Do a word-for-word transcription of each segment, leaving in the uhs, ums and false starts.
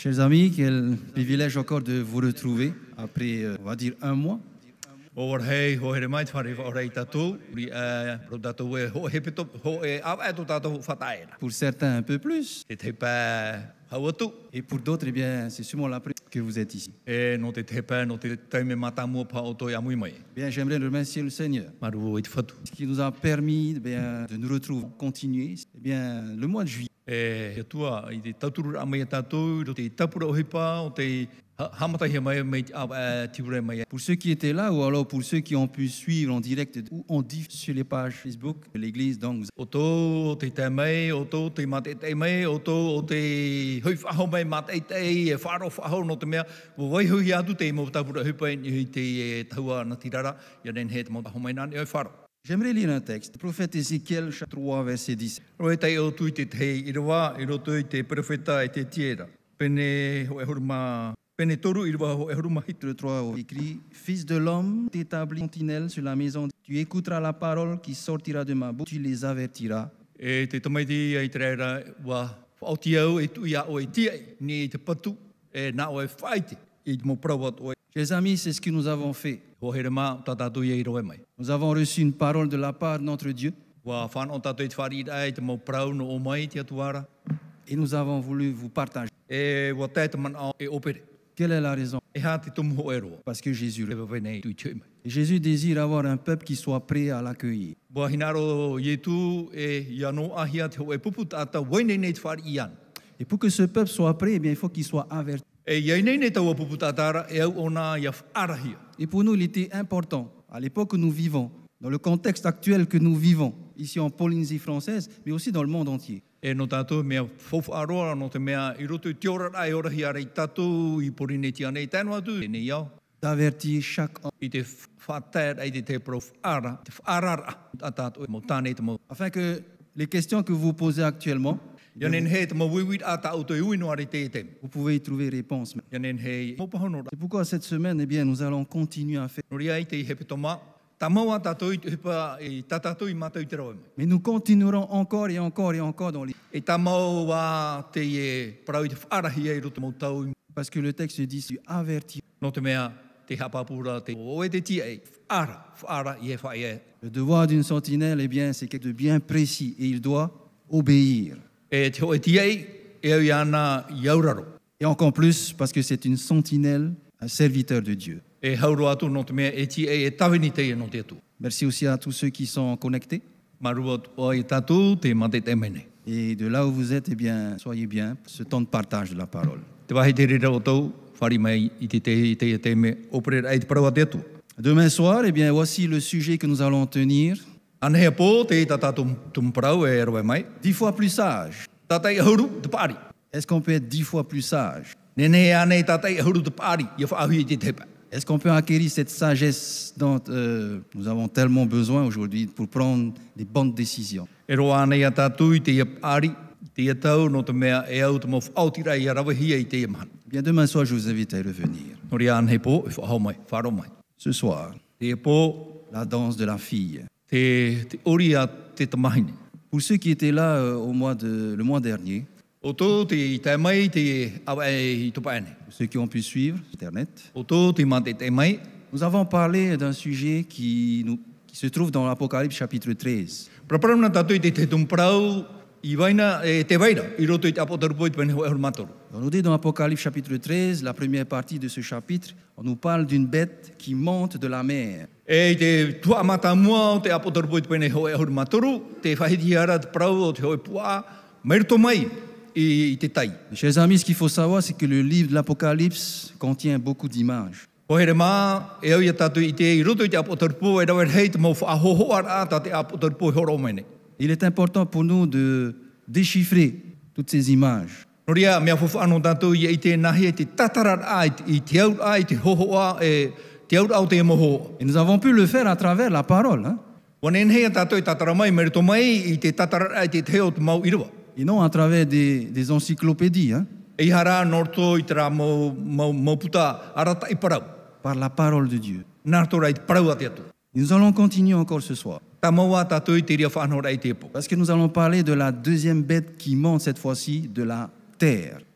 Chers amis, quel privilège encore de vous retrouver après, euh, on va dire, un mois. O rei ho here mai whare o rei tatou, ri a ro tatou e ho he peto ho e a a to tatou whataera. Pour certains, un peu plus. Te te pa hauatu, Et pour d'autres, eh bien, c'est sûrement la première que vous êtes ici. e no te te pa no te taime mata mua pa o toi amui mai. Bien, j'aimerais remercier le Seigneur Maru i te whatu. qui nous a permis eh bien, de nous retrouver, continuer eh bien, le mois de juillet. E he tua i te tauturu a mai tatou, ro te tapura o hipa, o te hamata he mai mai a tivure mai. Pour ceux qui étaient là ou alors pour ceux qui ont pu suivre en direct ou en diff sur les pages Facebook de l'Église, donc vous O tō, o te te mai, o tō te mate te mai, o tō, o te hui whaho mai mate te, e wharo whaho no te mea, o wai hui atu te mo tapura hupa i te e taua na tirara, ia nen he te mo taho mai nani o wharo. J'aimerais lire un texte, le prophète Ézéchiel, chapitre trois, verset dix. Roe te o tui te te i roa, i roto i te profeta i te tiera. Pene ho e huruma, pene toru i roa ho e huruma hit. Chapitre trois écrit, Fils de l'homme, t'établis sentinelle sur la maison. Tu écouteras la parole qui sortira de ma bouche, tu les avertiras. E te tamaiti ai te reira, wa whaoti au e tu ia o e tia, ni i te patu, e na o e whaite, i te mo prawat o e. Chers amis, c'est ce que nous avons fait. Ho here ma, tatatu i roe mai. Nous avons reçu une parole de la part de notre Dieu Wa whan o tatu i te whari ai, te mo prau no o mai te atuara. et nous avons voulu vous partager. E wa tēta man au e opere. Quelle est la raison? E ha te tumu ho e roa. Parce que Jésus. E wawene tui tui mai. Et Jésus désire avoir un peuple qui soit prêt à l'accueillir. Wa hinaro ietu e iano ahia te ho e pupu tata waine nei te whari ian. Et pour que ce peuple soit prêt, eh bien, il faut qu'il soit averti. E iai nei nei tau pupu tatara e au ona ia arahia. Et pour nous, il était important, à l'époque où nous vivons, dans le contexte actuel que nous vivons, ici en Polynésie française, mais aussi dans le monde entier, E no tātou mea fofu aroa no te mea i roto i te ora ai ora hi arei tātou i porineti anei tēnu atu e nei au. d'avertir chaque homme, I te whātēr ai te te prof ara, te whaarara a tātou e mo tānei te mo. afin que les questions que vous posez actuellement, Ia nen he te mo wiwit a tā auto i uino are te e te. vous pouvez y trouver réponse. Ia nen he mo pahonora. C'est pourquoi cette semaine, eh bien, nous allons continuer à faire. Nori ai te i hepe toma. Tā maua tātou i te hepa i tā tātou i mātou i te rau e mai. Mais nous continuerons encore et encore et encore dans les... E tā maua te e parau i te whaarahi e roto mo tau i Parce que le texte dit, tu avertis. no te mea te hapapura te o e te tia e whaara, whaara i e whae e. Le devoir d'une sentinelle, eh bien, c'est quelque chose de bien précis et il doit obéir. E te o e tia e e au i ana i auraro. Et encore plus parce que c'est une sentinelle, un serviteur de Dieu. E hauro atu no te mea e tia e e tawini te e no te atu. Merci aussi à tous ceux qui sont connectés. Marua o e tatu te mate te mene. Et de là où vous êtes, eh bien, soyez bien, ce temps de partage de la parole. Te wahi te rira o tau, whari mai i te te i te i te me opere ai te parawa te atu. Demain soir, eh bien, voici le sujet que nous allons tenir. Ana hea pō te i tata tum, tum parau e roe mai. Dix fois plus sage. Tata i ahuru te pari. Est-ce qu'on peut être dix fois plus sage? Nene he ane tata i ahuru te pari. Ia whaahui i te tepa. Est-ce qu'on peut acquérir cette sagesse dont euh, nous avons tellement besoin aujourd'hui pour prendre des bonnes décisions? E roa ane ia tātou i te ia pari. Te ia tau no te mea e au te mo whaotira i arawa hia i te ia mahan. Bien, demain soir, je vous invite à y revenir. Nori ane he pō, e whahau mai, wharo mai. Ce soir, Te e pō, la danse de la fille. te, te ori a te tamahine. Pour ceux qui étaient là euh, au mois de, le mois dernier, O tō te i te mai te awa e i tupa ane. ceux qui ont pu suivre Internet, O tō te mate te mai. nous avons parlé d'un sujet qui, nous, qui se trouve dans l'Apocalypse chapitre treize. Praparamna tātou i te te tumparau i waina e te waira. I roto i te apotarupo i te pene ho e hurumatoru. On nous dit dans l'Apocalypse chapitre treize, la première partie de ce chapitre, on nous parle d'une bête qui monte de la mer. E i te tua amata mua o te apotarupo i te pene ho e hurumatoru. Te whahiti ara te parau o te hoe pua. Mairto mai i, i te tai. Mes chers amis, ce qu'il faut savoir, c'est que le livre de l'Apocalypse contient beaucoup d'images. Ko here mā, e au ia tātou i te i roto i te apotarupo e rawer hei te mau whaahoho ara ta te apotarupo i horo mene. Il est important pour nous de déchiffrer toutes ces images. Noria, mea fufu anō tātou i i te nahi e te tatarar a, i te aur a, i te hoho a, e te aur au te moho. Et nous avons pu le faire à travers la parole, hein, Wanen hea tātou i tatara mai, merito mai i te tatarar a, i te teo te mau irawa. et non à travers des, des encyclopédies, hein, E hara norto i te rā mau, mau, mau puta arata i parau. par la parole de Dieu. Nārto rai te parau a te atu. Et nous allons continuer encore ce soir. Tā maua tātou i te ria whanau rai te epo. Parce que nous allons parler de la deuxième bête qui monte cette fois-ci de la terre.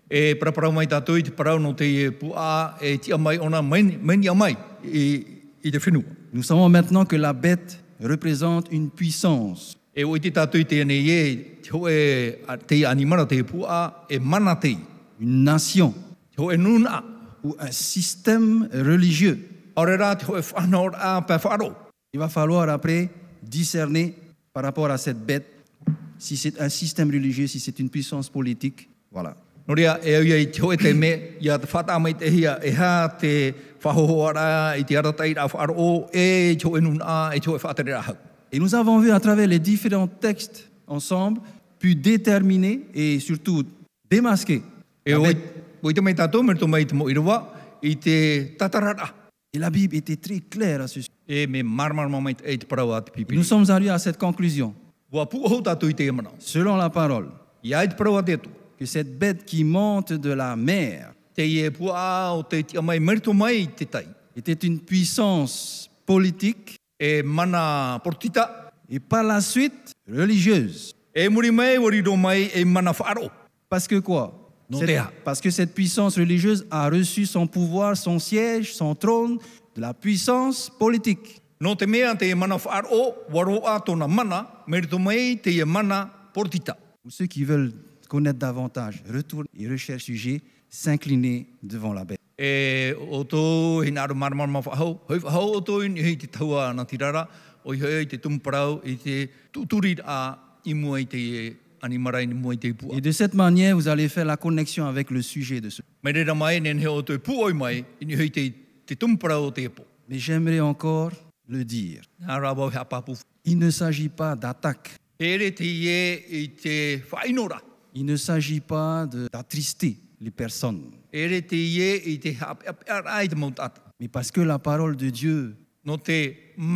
E praparau mai tātou i te parau no te pua e tia mai ona meni a mai i, i te whenua. Nous savons maintenant que la bête représente une puissance. E o i te tātou i te ane e te ho e te animara te pua e mana te. Une nation Te ho e nuna. ou un système religieux. Ore rā te ho e whanau a pa wharo. Il va falloir après discerner par rapport à cette bête si c'est un système religieux, si c'est une puissance politique. Voilà. No rea e au ia i te ho e te me ia te whata mai te hia e ha te whahohoara i te aratai rā wharo o e te ho e nuna e te ho e whatere rā hau. Et nous avons vu à travers les différents textes ensemble, pu déterminer et surtout démasquer. E la o, bête. o i te mai tātou, me rito mai te mo irawa, i te tatarara. Et la Bible était très claire à ce sujet. E me marmarma mai te e te parau a te Et pipiri. nous sommes arrivés à cette conclusion, Wa pu o tātou i te emanau. selon la parole, Ia i te parau a te atu. que cette bête qui monte de la mer Te ie pua o te tia mai, merito mai i te tai. était une puissance politique E mana portita, et par la suite religieuse. e muri mai, wariro mai, e mana wharo. Parce que quoi? Non, Cette- Théa. parce que cette puissance religieuse a reçu son pouvoir, son siège, son trône de la puissance politique. No te mea te e mana wharo, waro a tona mana, merito mai te e mana portita. Pour ceux qui veulent connaître davantage, retournent et recherchent sujet, s'incliner devant la bête. E o tō he nāru marmarma whahau, hoi whahau o tō i hei te taua na tirara, o i hei te tumparau, i te tuturi a i mua i te animara i mua i te pua. Et de cette manière, vous allez faire la connexion avec le sujet de ce. Me rera mai, nen he o tō puoi mai, i ni hei te, te tumparau o te epo. Mais j'aimerais encore le dire. Nā rāwau hea papu. Il ne s'agit pas d'attaque. E re te ie i te whainora. Il ne s'agit pas de- d'attrister les personnes. E re te ie i te hapeapea i te mautata. Mais parce que la parole de Dieu, No te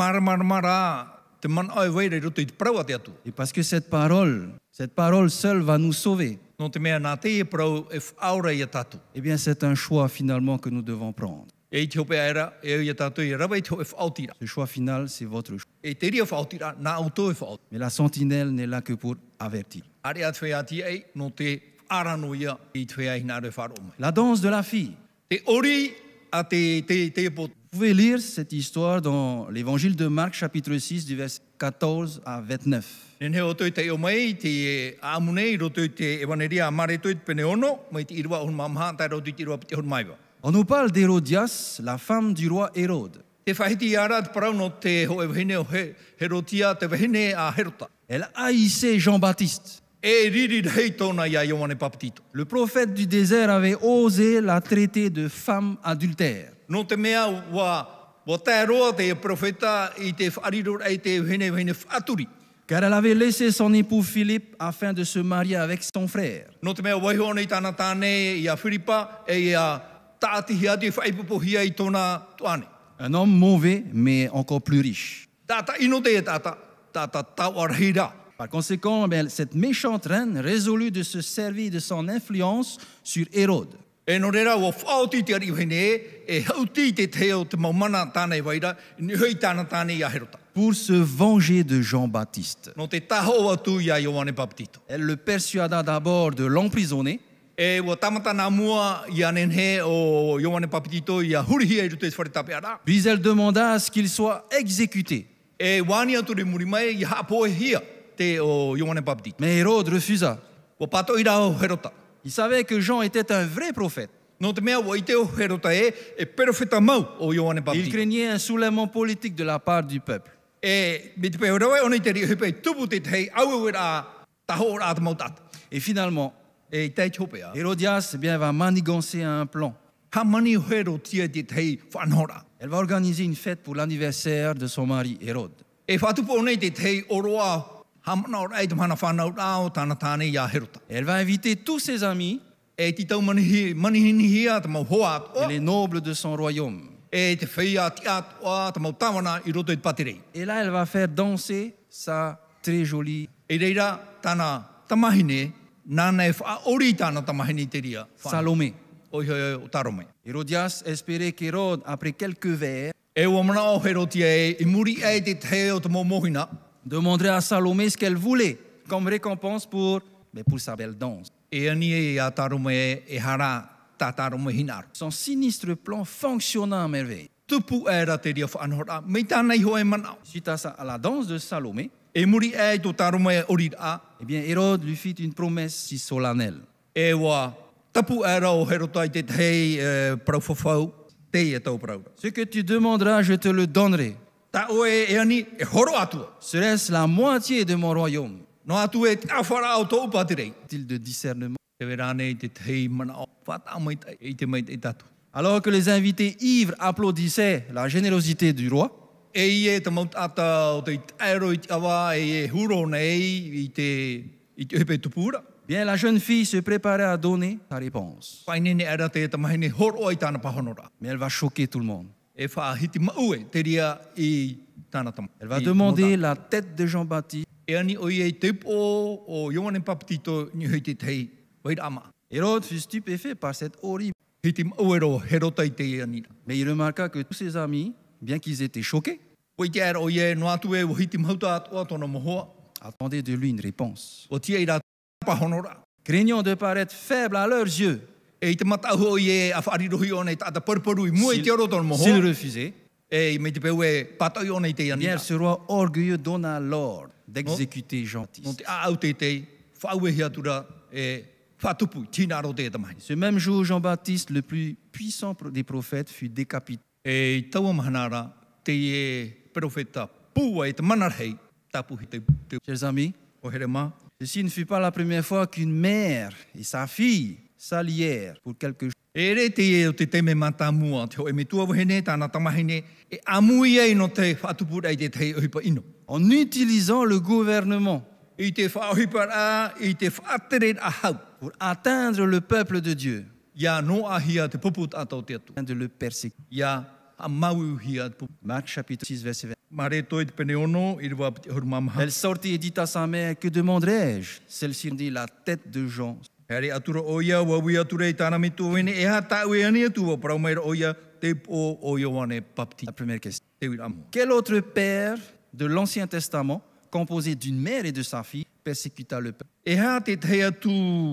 marmarmara, te mana ai weire roto i te parau a te atu. et parce que cette parole, cette parole seule va nous sauver, No te mea nā te e parau e whaura i a tatu. eh bien c'est un choix finalement que nous devons prendre. E i te hope aera, e au i a tatu i rawa i te ho e whaotira. Ce choix final, c'est votre choix. E te ria whaotira, nā auto e whaotira. Mais la sentinelle n'est là que pour avertir. Are a te whea ti ei, no te arano ia i te whea i nā re wharo mai. La danse de la fille. Te ori a te, te, te e pot. Vous pouvez lire cette histoire dans l'évangile de Marc, chapitre six, du verset quatorze à vingt-neuf. Nen he o toi te o mai, te e amune i roto i te ewaneria a mare toi te pene ono, mai te irua on mamaha, tai roto i te irua piti hon maiwa. On nous parle d'Hérodias, la femme du roi Hérode. Te whahiti i ara te parau no te ho e wahine o he, Herotia, te wahine a Herota. Elle haïssait Jean-Baptiste. E riri rei tōna ia Ioane Papatito. Le prophète du désert avait osé la traiter de femme adultère. No te mea wa, wa tae roa te profeta i te wharirur ei te wahine wahine whaaturi. Car elle avait laissé son époux Philippe afin de se marier avec son frère. No te mea waiho nei tāna tāne i a Whiripa e i a tātihi atu i whaipupohia i tōna tuane. Un homme mauvais, mais encore plus riche. Tāta ino te e tāta, tāta tau arhira. Par conséquent, ben, cette méchante reine résolut de se servir de son influence sur Hérode. E no rera wa whaoti te ari wahine e hauti te teo te maumana tāne waira, ni hui tāna tāne i a Herota. Pour se venger de Jean-Baptiste. No te taho atu i a Ioane Papatito. Elle le persuada d'abord de l'emprisonner, E wa tamata nā mua i anen he o Ioane Papatito i a hurihi e ruto e wharetape ara. puis elle demanda à ce qu'il soit exécuté. E wāni atu re muri mai i hapo e hia te o Ioane Papatito. Mais Hérode refusa. Wa pato i rao Herota. Il savait que Jean était un vrai prophète. No te mea wa i te o Herota e, e perfeta mau o Ioane Il Papatito. craignait un soulèvement politique de la part du peuple. E me te peo rawe o nei te ri hupe tupu te tei au e rā taho rā te mautata. Et finalement, E tei chope a. Hérodias eh bien, va manigancer un plan. Ha mani Herotia te tei whanora. Elle va organiser une fête pour l'anniversaire de son mari Hérode. E whatupo nei te tei oroa ha mana o rei te mana whanau rao tāna tāne i a Herota. Elle va inviter tous ses amis E ti tau manihi, manihini hia te mau hoa et atoa. les nobles de son royaume. E te whia ti atoa te mau tawana i roto i te patirei. Et là, elle va faire danser sa très jolie. E reira tāna tamahine, nāna e whaori tāna tamahine te ria. whanau. Salomé. Oi hoi o tarome. Hérodias espérait qu'Hérode, après quelques vers, E ua mana o Herotia e, i muri e te te o te mau mohina. demanderait à Salomé ce qu'elle voulait comme récompense pour, mais pour sa belle danse. E ani e a tarume e hara ta tarume hinar. Son sinistre plan fonctionna à merveille. Tupu era te ria whanhora. Mei tānei hoe manau. Suite à, sa- à la danse de Salomé, E muri e to tarume orira. eh bien, Hérode lui fit une promesse si solennelle. E wa tapu era o herotai te tei e, praufafau. Te e tau praura. Ce que tu demanderas, je te le donnerai. Ta oe e ani e horo atua. Serait-ce la moitié de mon royaume? No atu e te awhara o tō patirei. T-il de discernement? Te verane te tei manau. Whata mai te e te mai te tatu. Alors que les invités ivres applaudissaient la générosité du roi, E i e te maut ata o te aero i te awa e e huro nei i te, i te upe tupura. bien la jeune fille se préparait à donner sa réponse. Whainene era te te mahine horo i tāna pahonora. Mais elle va choquer tout le monde. E whaahiti maue te ria i tāna tama. Elle va I demander mota. la tête de Jean-Baptiste. E ani o i e te po o Ioane Papatito ni hui te tei. Waira ama. Hérode fut stupéfait par cette horrible. Hiti maue ro herotai te anira. Mais il remarqua que tous ses amis, bien qu'ils étaient choqués, Poi te era o i e no atu e o hiti mauta atua tono mohoa. attendaient de lui une réponse. O tia i rā pahonora. Craignant de paraître faible à leurs yeux, E i te matau o i e a whaarirohi o nei tāta parparu i mua i te oro tono s'il mohoa. refusait, E i me te peu e patau o nei te eh bien anira. ce roi orgueilleux donna l'ordre d'exécuter No Jean-Baptiste. te aau te te, whauehi atura e whatupu, tina ro te tamahi. Ce même jour, Jean-Baptiste, le plus puissant des prophètes, fut décapité. E taua mahanara, te e profeta pua e te manarhei, tapuhi te, te Chers amis, o here mā. ceci ne fut pas la première fois qu'une mère et sa fille s'allièrent pour quelque chose. E re te e o te teme mata mua, te ho e me tua wahene, tāna tamahine, e amui ei no te whatupura i te te ohipa ino. En utilisant le gouvernement I te whaohipa a, i te whaatere a hau. pour atteindre le peuple de Dieu, Ia no ahia te pupu tātou te atu. de le persécuter. Ia a mau hia te pupu. Marc chapitre six, verset vingt. Mare toi te pene ono, i rwa piti huru mamaha. Elle sortit et dit à sa mère, que demanderai-je? Celle-ci dit la tête de Jean. Hare atura o ia, wawi atura i tāna mitu wene, e ha tāu e ani atu, wa parau meira o ia, te po o Ioane Papatito. La première question. Te wira amu. Quel autre père de l'Ancien Testament, composé d'une mère et de sa fille, persécuta le peuple? E ha te te atu,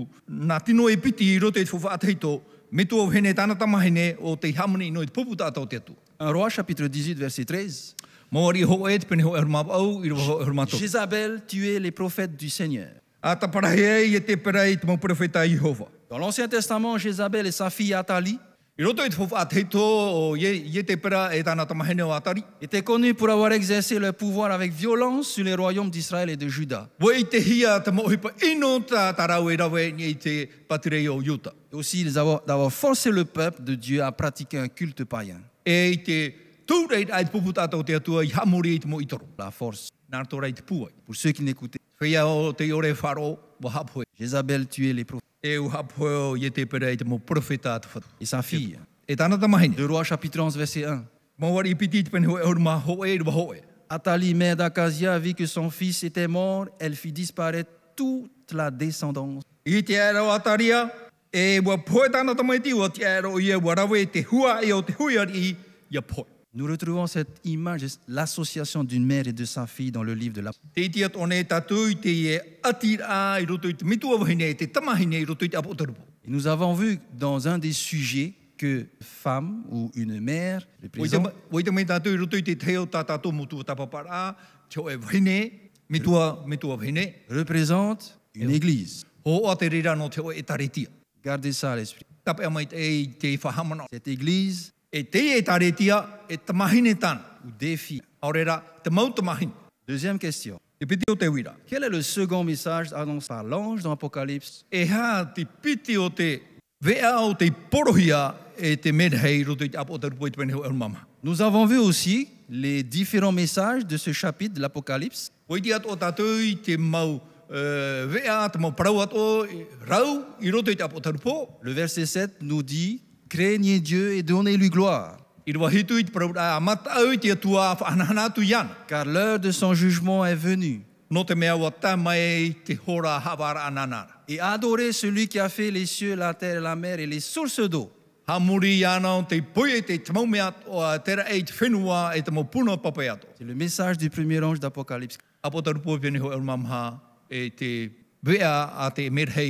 nā tino e piti i roto e te whaateito, me tō hene tāna tamahine o te hamani no i te pupu tātou te atu. Un roi, chapitre dix-huit, verset treize. Mawari ho e te pene ho e hurmap au, i rwa ho e hurmato. Jézabel tuait les prophètes du Seigneur. A ta parahe e te perai te mau profeta i Jehova. Dans l'Ancien Testament, Jézabel et sa fille Athalie I roto i te whaateito o ye, ye te pera e tāna tamahine o atari. étaient connus pour avoir exercé leur pouvoir avec violence sur les royaumes d'Israël et de Juda. Wa i te hia te mohipa ino tā tarau e rawe ni i te patirei o Yuta. Et aussi d'avoir d'avoir forcé le peuple de Dieu à pratiquer un culte païen. E i te tūrei ai te pupu tātou te atua i hamuri i te mo i toro. La force. Nā tōrei te puai. Pour ceux qui n'écoutaient, Whia o te ore wharo wa hapoi. Jézabel tuait les prophètes E u hapoi o ye te pera i te mo profeta te whatu. et sa fille. E tāna tamahine. Deux Rois, chapitre onze, verset un. Mawari i piti te pene ho e hurma ho e rwa ho e. Athalie, mère d'Akazia, vit que son fils était mort. Elle fit disparaître toute la descendance. I te aero ataria, e wa poe tāna tamaiti o te aero i e wa rawe te hua e o te huiari i ia poe. Nous retrouvons cette image, l'association d'une mère et de sa fille dans le livre de la... Te iti at one tātou i te e atira i roto i te mitua wahine, te tamahine i roto i te apotarupo. Et nous avons vu dans un des sujets que femme ou une mère Wai te, représente wai te mai tātou i roto i te teo tā tātou motu o tapapara, te o e wahine, mitua, mitua wahine, représente une église. ho o te rira no te o e taretia. Gardez ça à l'esprit. Tape a mai te e te whahamana. Cette église E te e taretia, e tamahine tāna. ou des filles. Aorera, te mau tamahine. Deuxième question. Te piti o te wira. Quel est le second message annoncé par l'ange dans Apocalypse? E ha te piti o te vea o te porohia e te merhei roto i te apotarupo i te pene ho e mama. Nous avons vu aussi les différents messages de ce chapitre de l'Apocalypse. Wai te ato o tātou i te mau uh, vea, te mau parau ato i rau i roto i te apotarupo. Le verset sept nous dit « Craignez Dieu et donnez-lui gloire, I rwa hitu i te parau a matau i te atua whaanahana atu iana. car l'heure de son jugement est venue. No te mea wa tamai te hora hawara ananara. Et adorez celui qui a fait les cieux, la terre et la mer et les sources d'eau. Hamuri iana o te poe te te mau mea o a tera e te whenua e te mau puna papai ato. » C'est le message du premier ange d'Apocalypse. Apotarupo i pene ho e mamha e te vea a te merhei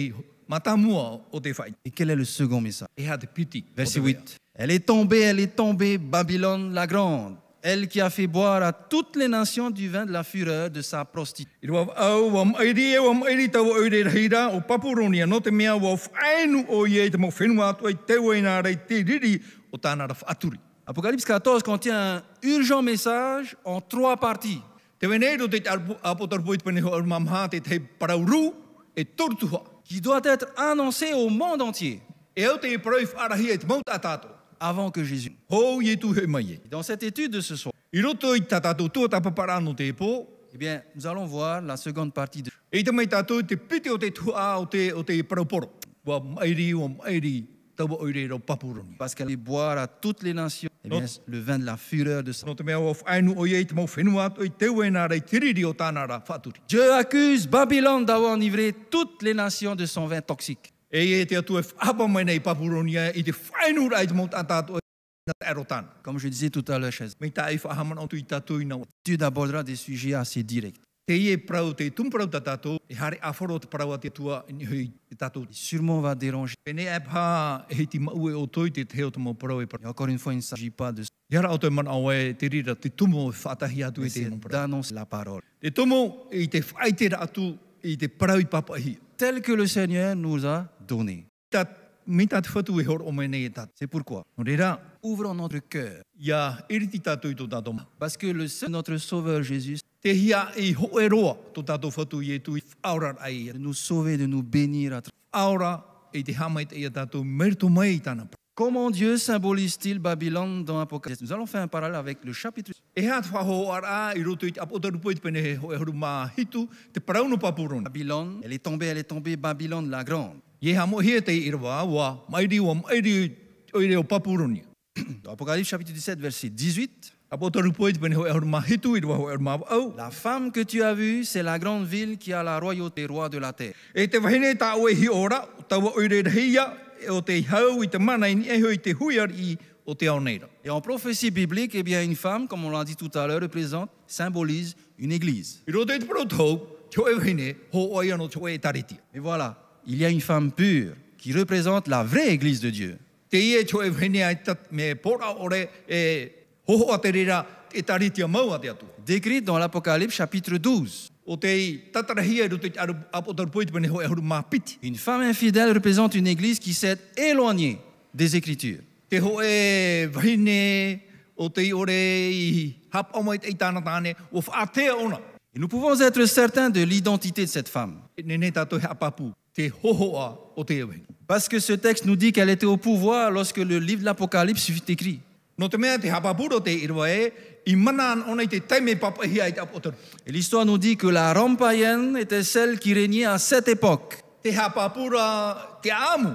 matamua o te whai. Et quel est le second message? E ha te piti. Verset huit. Elle est tombée, elle est tombée, Babylone la grande, elle qui a fait boire à toutes les nations du vin de la fureur de sa prostitution. I rua au wa mairi e wa mairi tau o ire rahira o Papuronia no te mea wa whaenu o ie te mo whenua atu ai te wena rei te riri o tāna ra whaaturi. Apocalypse quatorze contient un urgent message en trois parties. Te wenei ro te apotarpoit pene ho armamha te te parauru e tortuha. Qui doit être annoncé au monde entier E au te parau whaarahi e te mau tātātou. avant que Jésus. Ho ie tu he mai e. Dans cette étude de ce soir, I roto i tātātou tua tapaparano te po. eh bien, nous allons voir la seconde partie de. E te mai tātou te piti o te tua o te, o te parauporo. Wa mairi o mairi tau o ire ro Papuronia. Parce qu'elle allait boire à toutes les nations, eh bien, le vin de la fureur de sa. No te mea wa whaenu o ie te mau whenua atu i te wena rei te riri o tāna ra whaaturi. Dieu accuse Babylone d'avoir enivré toutes les nations de son vin toxique. E e te atu e whapa mai nei Papuronia i te whaenu rai te mau tātātou na te arotana. Comme je disais tout à l'heure, chez Me tā i whahamana o tu i tātou i nau. l'étude abordera des sujets assez directs. Te ie prau te tumprau tātātou, e hare awhoro te parau a te tua i hui te tātou. Qui sûrement va déranger. Pene e pā e hei ti mau e o toi te te heo te mau parau e parau. Et encore une fois, il ne s'agit pas de Iara o te mana au e te rira, te tumo e whaatahi atu e mais te c'est mau parau. d'annoncer la parole. Te tumo i te whaitera atu i te parau i papahi. Tel que le Seigneur nous a donné. Ta, mi tā te whatu e hor o mene e tātou. C'est pourquoi No reira, ouvrons notre cœur. ia iriti tātou i tō tātou ma. Parce que le Seigneur, notre Sauveur Jésus, Te hia i ho e roa tō tātou whatu i e tu i whaora ai. de nous sauver, de nous bénir. à tra- Aora i te hamai te ia tātou merto mai i tāna. Comment Dieu symbolise-t-il Babylone dans Apocalypse? Nous allons faire un parallèle avec le chapitre. E hea te whaho ara i roto i te apotarupo i te pene he ho e horu mā hitu, te parauno Papurona. Babylone, elle est tombée, elle est tombée, Babylone la grande. Ie ha mo hia te irawa, wa mairi wa mairi o ire o Papuronia. Dans Apocalypse chapitre dix-sept, verset dix-huit, Apotarupo i te pene ho e horu mā hitu, i te ho e horu mā au. la femme que tu as vue, c'est la grande ville qui a la royauté, roi de la terre. E te wahine tā oe hi ora, tawa o ire hia, e o te hau i te mana i e hoi te huiari i o te aoneira. Et en prophétie biblique, eh bien, une femme, comme on l'a dit tout à l'heure, représente, symbolise une église. I roto i te protou, te oe wahine, ho oi ano te oe taritia. Et voilà, il y a une femme pure qui représente la vraie église de Dieu. Te ie te oe wahine ai tat me pora ore e hoho a te rira e taritia mau a te atu. Décrite dans l'Apocalypse chapitre douze. O te tatarahia i roto i te apotarupo i te pene ho e horu mā piti. Une femme infidèle représente une église qui s'est éloignée des Écritures. Te ho e wahine o te i ore i hap o mai te i tāna tāne o whaatea ona. Et nous pouvons être certains de l'identité de cette femme. E nene tātou he apapu, te hohoa o te ewe. Parce que ce texte nous dit qu'elle était au pouvoir lorsque le livre de l'Apocalypse fut écrit. No te mea te hapapuro te irwa e, i mana an ona i te taime papahi ai te apotaru. Et l'histoire nous dit que la Rome païenne était celle qui régnait à cette époque. Te hapapura te amu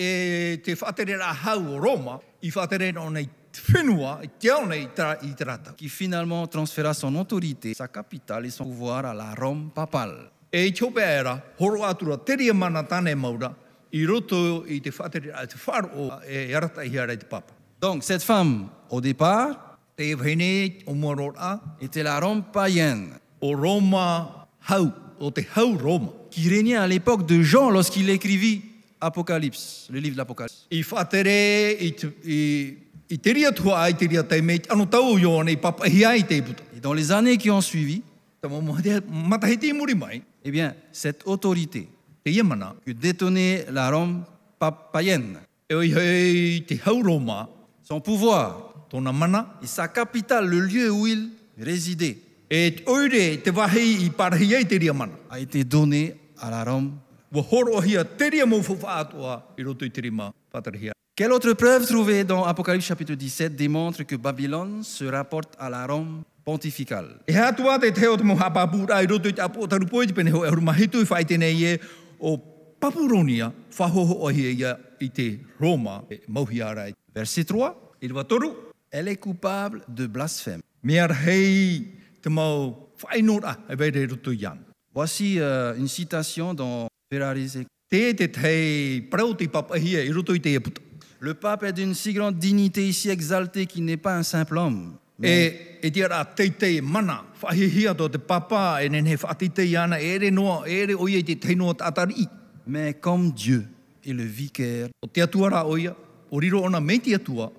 e te whaterera hau o Roma, i whaterera ona i whenua, i te aona i tra- i te rata. Qui finalement transféra son autorité, sa capitale et son pouvoir à la Rome papale. E i tiope era, horo atura teria mana tane maura, i roto i te whaterera te wharo e arata i ara i te papa. Donc cette femme, au départ, Te whene o morora, était la Rome païenne, o Roma hau, o te hau Roma. qui régnait à l'époque de Jean lorsqu'il écrivit Apocalypse, le livre de l'Apocalypse. I whatere, i, te- i, i te ria tua ai te ria teime, ano tau yo nei papahi ai te puta. Et dans les années qui ont suivi, Ta mo matahiti muri mai, eh bien, cette autorité te iamana, que détenait la Rome pa- païenne, e oi hei te hau Roma, son pouvoir tōna mana, et sa capitale, le lieu où il résidait, e te oire te wahi i parahi ai te ria mana. a été donné à la Rome. Wa horo hia te ria mo whawhaatua i roto i te rima patarihia. Quelle autre preuve trouvée dans Apocalypse chapitre dix-sept démontre que Babylone se rapporte à la Rome pontificale? E hatua te teo te mo hapapura i roto i te apotarupo i te pene ho e huru mahitu i whai tēnei e o Papuronia whahoho o hia ia i te Roma e mauhiara i. Verset trois, I rwa toru, elle est coupable de blasphème. mea hei te mau whainora e veire roto i ana. Voici euh, une citation dans Ferraris. Te te tei parau te papahia i roto i te e puta. Le pape est d'une si grande dignité ici exalté qu'il n'est pas un simple homme. Mais E, e te ara teitei mana, whahihia to te papa, e nene whaatitei ana, e ere noa, e ere oia i te teinoa tātari. mais comme Dieu est le vicaire. O te atua rā oia, o riro ona me te atua,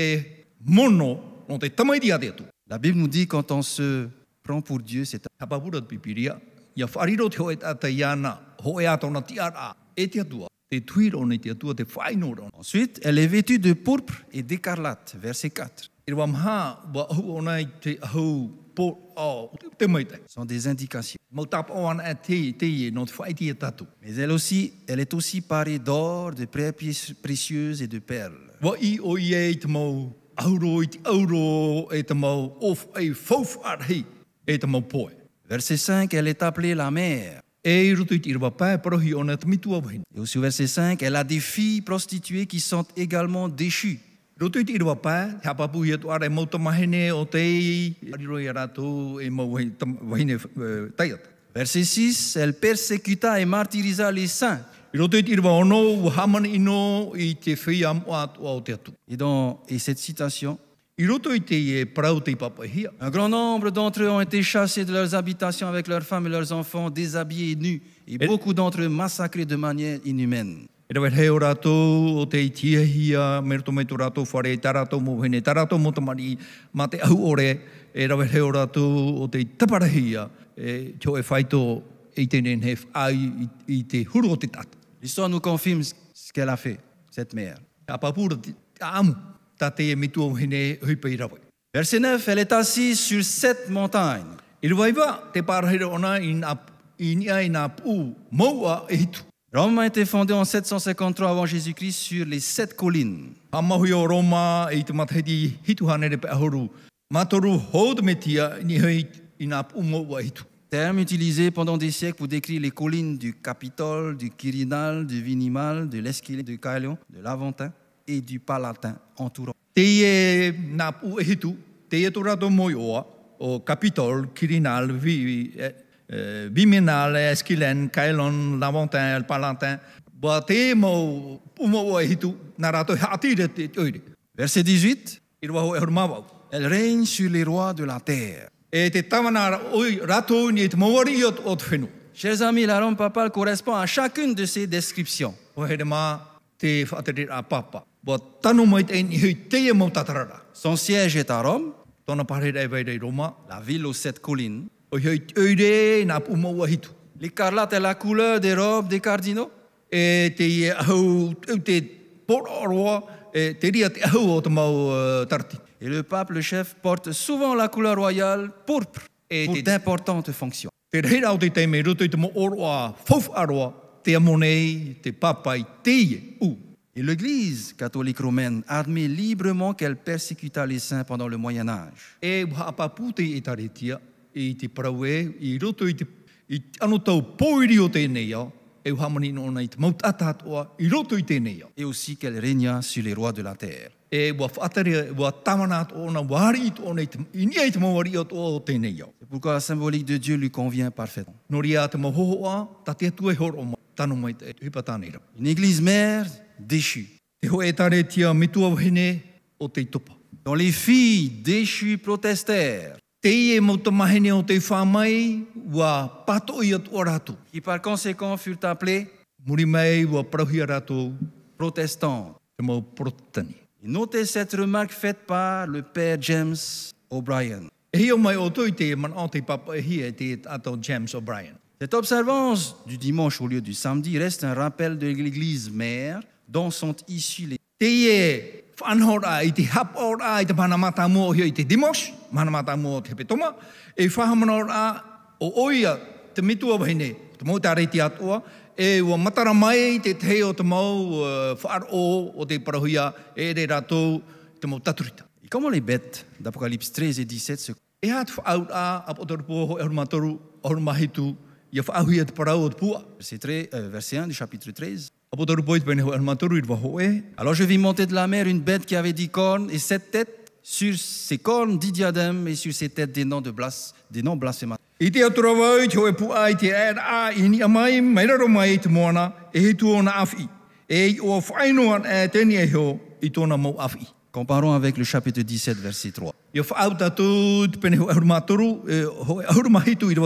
e mono no te tamairia te atua. La Bible nous dit quand on se prend pour Dieu, c'est Hapapura te pipiria, ia whariro te hoe tata iana, hoe ato na tiara, e te atua. Te tuiro nei te atua, te whainora. Ensuite, elle est vêtue de pourpre et d'écarlate, verset quatre. I rwa mha, wa ahu ona i te ahu po, o, te maite. Ce sont des indications. Mau tap o ana e te, te ie, no te whai te tatu. Mais elle, aussi, elle est aussi parée d'or, de pierres précieuses et de perles. Wa i o i e te mau, auro i te auro, e te mau, of e fauf arhi, e te mau poe. Verset cinq, elle est appelée la mère. E rutu i te irwa pae, parohi ona te mitua wahine. Et aussi au verset cinq, elle a des filles prostituées qui sont également déchues. Rutu i te irwa pae, te hapapu i atu ara e mau tamahene o te i, ariro i aratu e mau wahine taiata. Verset six, elle persécuta et martyrisa les saints. I roto i te irwa ono, wahamana ino i te whia mo atu o te atu. Et, dans, et cette citation, I roto i te e parau te papahia. un grand nombre d'entre eux ont été chassés de leurs habitations avec leurs femmes et leurs enfants, déshabillés et nus, et beaucoup d'entre eux massacrés de manière inhumaine. E rawe heo rātou o te tiahia, merto mai tō rātou whare, tā rātou mō hene, tā rātou mō tamari, mā te ahu ore, e rawe heo rātou o te taparahia, e tō e whaito i te nenhef ai i, i te huru o te tata. L'histoire nous confirme ce qu'elle a fait, cette mère. A papura te amu, tā te e mitu o hene huipa i rawe. Verset neuf, elle est assise sur sept montagnes. I rwaiwa, te pārahira ona i nā, i nia i nā pū, maua e hitu. Rome a été fondée en sept cent cinquante-trois avant Jésus-Christ sur les sept collines. Ha mahui o Roma i te matahiti hitu hanere pe ahoru. Matoru hou te metia ni hei i nā pū maua e hitu. Terme utilisé pendant des siècles pour décrire les collines du Capitole, du Quirinal, du Vinimal, de l'Esquilé, du Caïlion, de l'Aventin et du Palatin entourant. Te e nā pū e hitu, te e tō rātou moi oa, o Capitol, Quirinal, vi, eh, eh, Viminal, Esquilen, Caïlon, l'Aventin, le Palatin. Ba te mau pū maua e hitu, nā rātou haatire te oire. Verset dix-huit, I rwa ho e hormawau. elle règne sur les rois de la terre. E te tawana oi rātou ni e te mawari o o te whenua. Chers amis, la Rome papale correspond à chacune de ces descriptions. O here mā te whaatere a papa. Wa tanu mai te ni hui te e mau tatarara. Son siège est à Rome, Tōna parere e veirei Roma. la ville aux sept collines. O hui oire nā pū maua hitu. L'écarlate est la couleur des robes des cardinaux. E te i ahau te pororoa, e te ria te ahau o te mau uh, tarti. Et le pape, le chef, porte souvent la couleur royale pourpre Et pour t'es- d'importantes fonctions. Te reira o te teime ruto i te mo oroa, fouf aroa, te amonei, te papai, te ie, u. Et l'Église catholique romaine admet librement qu'elle persécuta les saints pendant le Moyen Âge. E whaapapū te e taretia, i te paraue, i roto i te i ano tau poiri o tēnei au, e uhamani no nei te mautatatua, i roto i tēnei au. Et aussi qu'elle régna sur les rois de la terre. E wa whaatarea, wa tamana to ona, wari to ona, i te- i nia i te mawari o to o tēnei au. C'est pourquoi la symbolique de Dieu lui convient parfaitement. Nori a te mahohoa, ta te atu e horo ma, tanu mai te hipatānei rau. Une église mère déchue, Te ho e taretia mitua wahine o te topa. dont les filles déchues protestèrent, Te ie mo te mahene o te whamai, wa pato i atu o rātou. qui par conséquent furent appelées Muri mai wa parahia rātou, protestantes. te mau protestani. Et notez cette remarque faite par le père James O'Brien. E hio mai o toi te man o te papa e hia te ato James O'Brien. Cette observance du dimanche au lieu du samedi reste un rappel de l'église mère dont sont issus les... Te ie whanhora i te hapora i te panamata mua o hio i te dimos, panamata mua o te petoma, e whahamanora o oia te mitua wahine, te mau tare te atua, e ua matara mai te te o te mau uh, whaaro o te parahuia, e re rātou te mau taturita. Et comment les bêtes d'Apocalypse treize et dix-sept se... E hāt whaau a apotorupo ho e horumatoru, horumahitu, ia whaahuia te parau o te pua. Verset, treize, euh, verset un du chapitre treize. Apotorupo i te pene ho e horumatoru i te waho e, Alors je vis monter de la mer une bête qui avait dix cornes et sept têtes. Sur ses cornes, dix diadèmes et sur ses têtes des noms, de blas... des noms blasphémateurs. I te atura wau, te hoe pua i te ea i ni amai, mai raro mai i te moana, e he tuona awhi. E i o whainoa e tēni e heo i tōna mau awhi. Comparons avec le chapitre dix-sept, verset trois. Ia whaau tatu te pene ho e horumatoru, e ho e horumahitu i rawa toru.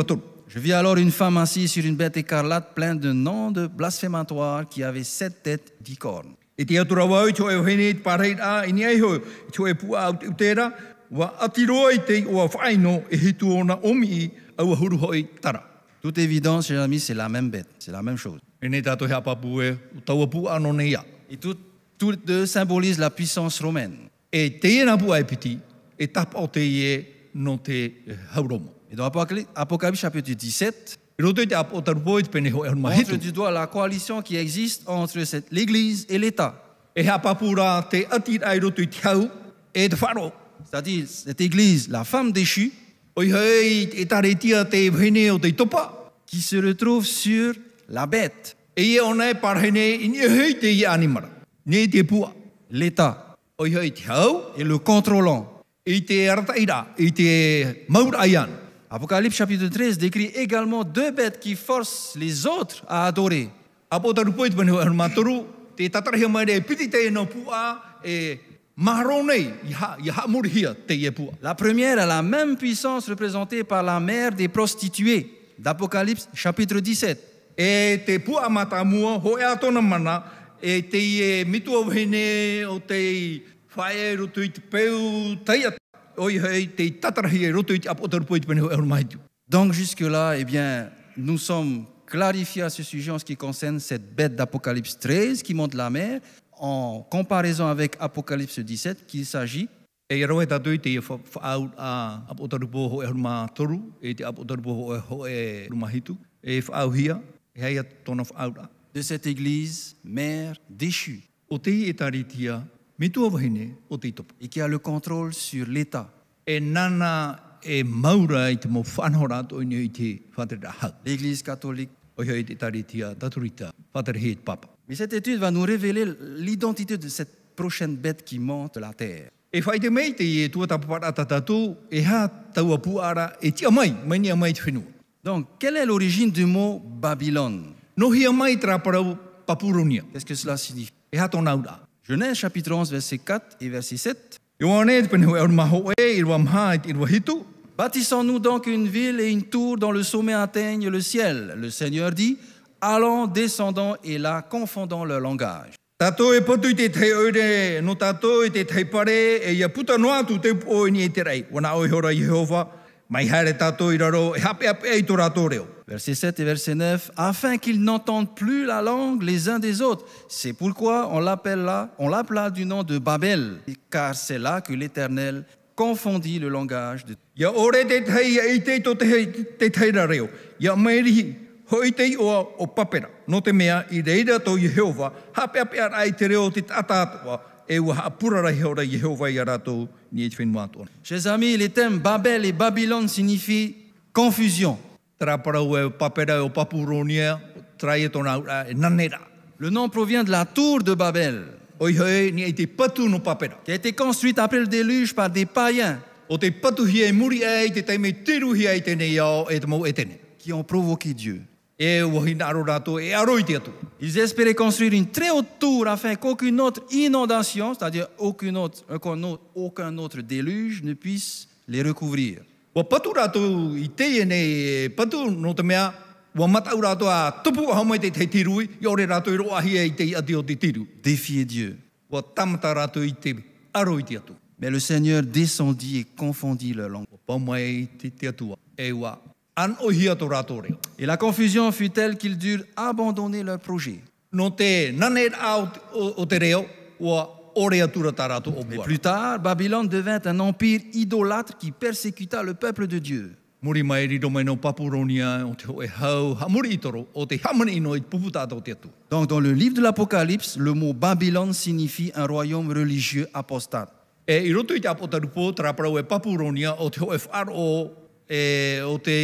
Je vis alors une femme assise sur une bête écarlate pleine de noms de blasphématoires qui avait sept têtes, dix cornes. E te atura wau, to e whene te parei a, ini ai hoi, to e pua au te utera, wa atiroa i te o a whaino e hitu ona omi au ahuru hoi tara. Toute évidence, chers amis, c'est la même bête, c'est la même chose. E ne tato hea papu e, tau apu ano ne ia. Et toutes, toutes deux symbolisent la puissance romaine. E te e na pua e piti, e tapa o te ie no te hauromo. Et dans Apocalypse, Apocalypse chapitre dix-sept, I roto i te apo o tarupo i te pene hoi anu montre mahitu. du doigt la coalition qui existe entre cette- l'Église et l'État. E hea papura te ati ai roto i te hau, e te wharo. C'est-à-dire, cette Église, la femme déchue, Oi hei, e tare tia te whene o te topa, qui se retrouve sur la bête, e ia ona e parhene i ni hei te ia animara. Ni te pua. l'État, Oi hei te hau, et le contrôlant. i te arataira, i te maura aian. Apocalypse chapitre treize décrit également deux bêtes qui forcent les autres à adorer. Apo tarupo i te pene hoi anu matoru, te tatarahia mai re piti te no pua, e maharo nei, i ha, i ha murihia te ia pua. La première a la même puissance représentée par la mère des prostituées d'Apocalypse chapitre dix-sept. E te pua matamua, ho e atona mana, e te e mitu au hene o te whae roto i te peu teia. Oi hei, te tatarahi e roto i te apo tarupo i te pene hoi anu mahitu. Donc jusque-là, eh bien, nous sommes clarifiés à ce sujet en ce qui concerne cette bête d'Apocalypse treize qui monte la mer, en comparaison avec Apocalypse dix-sept, qu'il s'agit E roe tatu i te ia whaau a apo tarupo hoi anu matoru, e te apo tarupo hoi hoi anu mahitu, e whaau hia, e hei tona whaau a. de cette Église mère déchue O te i e taritia, mitu au hene o te topa. et qui a le contrôle sur l'État. E nana e maura i te mo whanhora ato inu i te whatere hau. L'Église catholique. O hei te taritia taturita, whatere he te papa. Mais cette étude va nous révéler l'identité de cette prochaine bête qui monte la terre. E whai te mei te i e tua tapapara tatatu, e ha taua puara e tia mai, mai ni a mai te whenua. Donc, quelle est l'origine du mot Babylone? No hia mai traparau papuronia, Qu'est-ce que cela signifie? e ha tona ura. Genèse chapitre onze, verset quatre et verset sept. I wane te pene hoi aur maho e, i rua mha i te rua hitu, Bâtissons-nous donc une ville et une tour dont le sommet atteigne le ciel. Le Seigneur dit, allons, descendons et là confondons leur langage. tato e patu i te tei oire, no tato i te tei pare, e ia puta noa tu te po ni e te rei. Wana oi hora Jehova, mai haere tato i raro, e hape hape e i to rato reo. Verset sept et verset neuf, afin qu'ils n'entendent plus la langue les uns des autres. C'est pourquoi on l'appela, on l'appela du nom de Babel, car c'est là que l'Éternel confondit le langage de Ia ore te tei e te to te, te teira reo. Ia mairihi, hoi te oa o papera. No te mea, i reira tō Jehova, hape hape ara i te reo te atatua, e ua hapurara heora Jehova i arato ni e te whenua atona. Chers amis, les thèmes Babel et Babylone signifient confusion. Traparau e papera o papuronia, trai e tona ura e nanera. Le nom provient de la tour de Babel, Oi hoi, ni e te patu no papera. qui a été construite après le déluge par des païens O te patu hia e muri e, te teime tiru hia i tene iao e te mau e tene. qui ont provoqué Dieu. E wahina aro rato, e aro i te atu. Ils espéraient construire une très haute tour afin qu'aucune autre inondation, c'est-à-dire aucune autre, aucun autre, aucun autre déluge, ne puisse les recouvrir. Wa patu rato i te e ne patu no te mea, wa matau rato a tupu a mai te te tirui, i ore rato i roa hia i te ati o te tiru. Défier Dieu. Wa tamata rato i te aro i te atu. Mais le Seigneur descendit et confondit leur langue. Wa paumai te te atua. E wa an o hia to rato reo. Et la confusion fut telle qu'ils durent abandonner leur projet. No te nane au o, o te reo, wa ore atura ta rato o Mais buara. plus tard, Babylone devint un empire idolâtre qui persécuta le peuple de Dieu. Muri mai rido mai no papuronia o te hoe hau, ha muri itoro, o te hamani ino i puputata o te atu. Donc dans le livre de l'Apocalypse, le mot Babylone signifie un royaume religieux apostate. E i roto i te apotarupo, traparau e papuronia o te hoe wharo, e, o te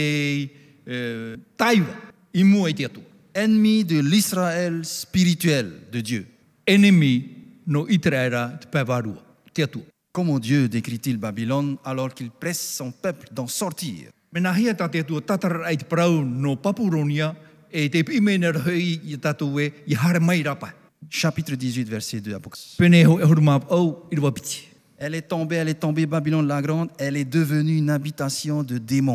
e, taiwa, i mua i te atu. Ennemi de l'Israël spirituel de Dieu. Enemy no Israela te pevarua, te atu. Comment Dieu décrit-il Babylone alors qu'il presse son peuple d'en sortir? Me nā hia tā te atua tatara ai te parau no papuronia, e te pimena rahi i tatu e i hare mai rapa. Chapitre dix-huit, verset deux, Apocalypse. Pene ho e hurumap au i rua piti. Elle est tombée, elle est tombée, Babylone la grande, elle est devenue une habitation de démons.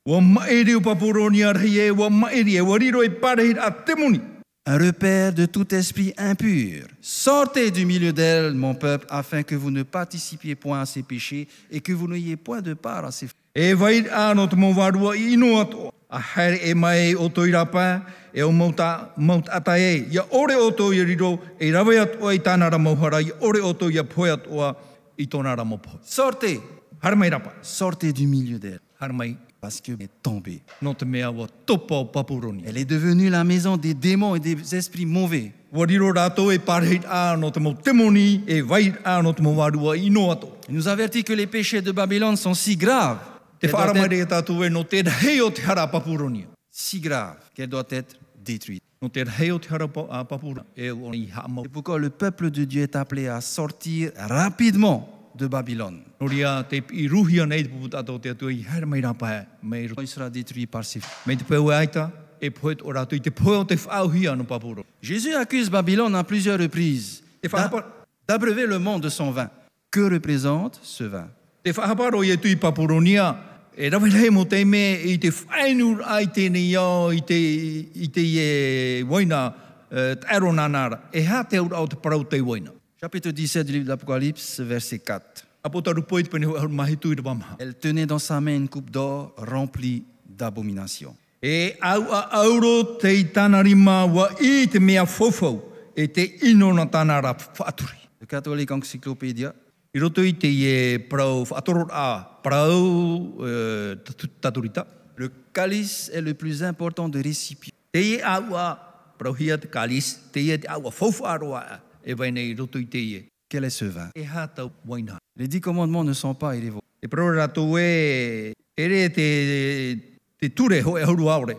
Wa maere o Papouronia rei wa maere wariro e pare a temoni. Un repère de tout esprit impur. Sortez du milieu d'elle, mon peuple, afin que vous ne participiez point à ses péchés et que vous n'ayez point de part à ses fautes. E vai ano te mo warua ino ato. A haere e mai o toi rapa e o mauta maut atae. Ia ore o toi riro e rawe atoa i tānara mauhara. Ia ore o toi ia poe atoa i tonara maupo. Sortez, Harmai rapa. sortez du milieu d'elle, Harmai parce qu'elle est tombée. no te mea wa topa o Papouronia. Elle est devenue la maison des démons et des esprits mauvais. Wariro rato e parheit ano te mo temoni e vai ano te mo warua ino ato. Il nous avertit que les péchés de Babylone sont si graves, Te qu'elle doit whaaramai être re tātou e no te hei o te hara Papouronia. si grave qu'elle doit être détruite. No te hei o te hara pa- a Papouronia. E o i haamau. C'est pourquoi le peuple de Dieu est appelé à sortir rapidement de Babylone. No ria te i ruhia nei te puputātou te atua i haere mai rapa mei ro. Il sera détruit par ses... Mei te peu aita e poet o rātou i te poe o te whaauhia no Papouronia. Jésus accuse Babylone à plusieurs reprises Te d'a- whahapa, d'abreuver le monde de son vin. Que représente ce vin? te whahaparo i e tui Papouronia e rawe rei mo te me i te whainu ai tēnei au i te, i te e waina uh, te aro nanara. E hā te aura o te parau te waina. Chapitre dix-sept du livre d'Apocalypse, verset quatre. Apo taru poe te pene hau mahi tui te wamaha. Elle tenait dans sa main une coupe d'or remplie d'abominations. E au a auro te i tāna rima wa i te mea fofau e te ino na tāna ra whaaturi. Le catholique Encyclopédia I roto i te e parau whaatoro a parau uh, taturita. Le calice est le plus important de récipient. Te i au a parau hia te kalis, te i te au a fofaaroa e vai nei roto i te i Quel est ce vin? e hātau waina. Les dix commandements ne sont pas irrévocables. E parau rato e ere te, te ture ho e hauru aore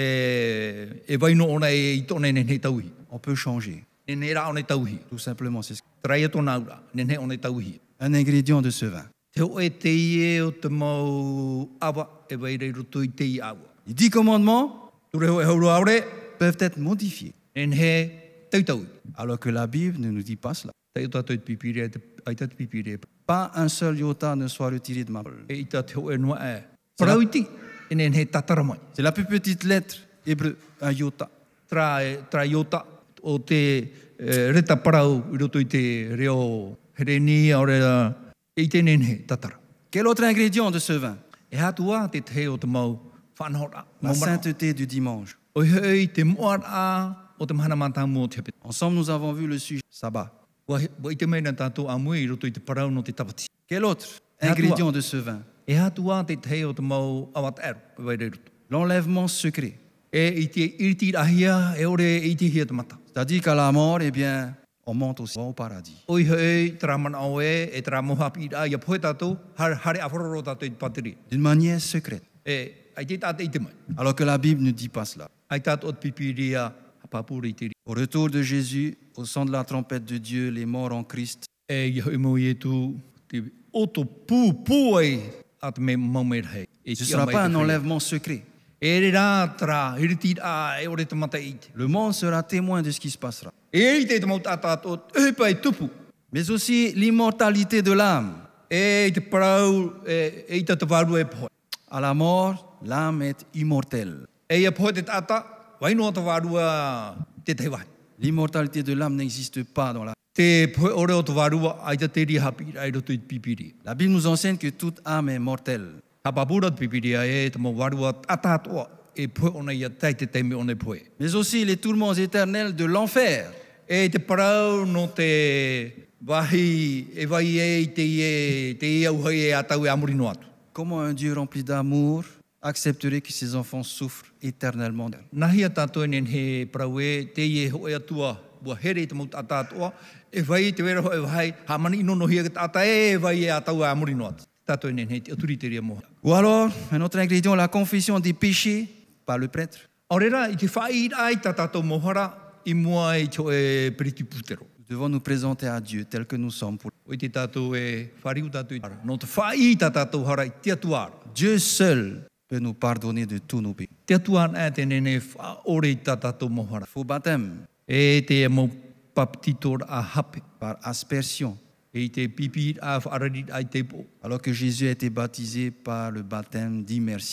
e, e vai no ona e i tone nei tauhi. On peut changer. Ne ne ra ona tauhi. Tout simplement, c'est ce- Trai e tōna aura, ne ne ona tauhi. un ingrédient de ce vin. Te o e te ie o te mau awa e vai rei roto i te i awa. Les dix commandements Ture ho e hauru aore, peuvent être modifiés, ne he tautaui. alors que la Bible ne nous dit pas cela. Tai o tātou i te pipire, ai te- ai tā te pipire. Pas un seul iota ne soit retiré de ma parole. E i tā te o e noa e. Parauiti, e ne he tatara mai. C'est la plus petite lettre hébreu, un iota. Tra, e- tra iota o te e, reta parau i roto i te reo hereni aore a, e i te ne he tatara. Quel autre ingrédient de ce vin? E hatua te te o te mau whanhora. La sainteté du dimanche. O hei te moara o te mahana mātāmu o te hape. Ensemble, nous avons vu le sujet sabbat. Wa wa i te mei na tātou a mui i roto i te parau no te tapati. Quel autre Et à toi. ingrédient de ce vin? E hatua te te o te mau awat ero, e vai rei roto. L'enlèvement secret. E i te iriti rahia, e ore i te hia te mata. C'est-à-dire qu'à la mort, eh bien, on monte aussi au paradis. Oi hei, tra mana au e, e tra mohapi i a, ia poe tātou, hare, hare afororo tātou i te pateri. D'une manière secrète. E, ai te tātou i te mai. Alors que la Bible ne dit pas cela. Ai tātou o te pipiria, hapapura i te ri. Au retour de Jésus, au son de la trompette de Dieu, les morts en Christ E ia hoi mo i e tu, te oto pū, pū ai, a te me maumer hei. E Ce ne tia sera mai pas te un whai. enlèvement secret. E re rā tra, iriti a, e ore te mata i te. Le monde sera témoin de ce qui se passera. E i te te mau tātātou, e pai tupu. Mais aussi l'immortalité de l'âme. E i te parau, e, e i te te waru e poe. À la mort, l'âme est immortelle. E ia poe te tata, wainoa te warua te te wai. L'immortalité de l'âme n'existe pas dans la... Te poe ore o te warua, ai te te ri hapi, ai roto i te pipiri. La Bible nous enseigne que toute âme est mortelle. Hapapura te pipiri e te mo warua atatoa, e poe ona ia tai te teime ona poe. Mais aussi les tourments éternels de l'enfer. E te parau no te wahi, e vai e i te e, te e au hai e atau e amurino atu. Comment un Dieu rempli d'amour accepterait que ses enfants souffrent éternellement? Nahi a tātou e nen he parau e, te e ho e atua, bua here te mauta atatoa, e vai te wera ho e vai, ha mani ino no hia ke tata e vai e atau e amurino atu. Tātou e nen he te aturi te ria moha. Ou alors, un autre ingrédient, la confession des péchés par le prêtre. Aurera, i te whai ai tā tātou mohara, i mua i te e periti putero. Nous devons nous présenter à Dieu tel que nous sommes. Pour... O i te tātou e whariu tātou i ara. No te whai tā tātou hara i te atuara. Dieu seul peut nous pardonner de tous nos péchés. Te atuara e te nene whaore i tā tātou mohara. Faux baptême E te e mo paptitor a hape. par aspersion, E te pipi a whaararit ai te po. alors que Jésus a été baptisé par le baptême d'immersion.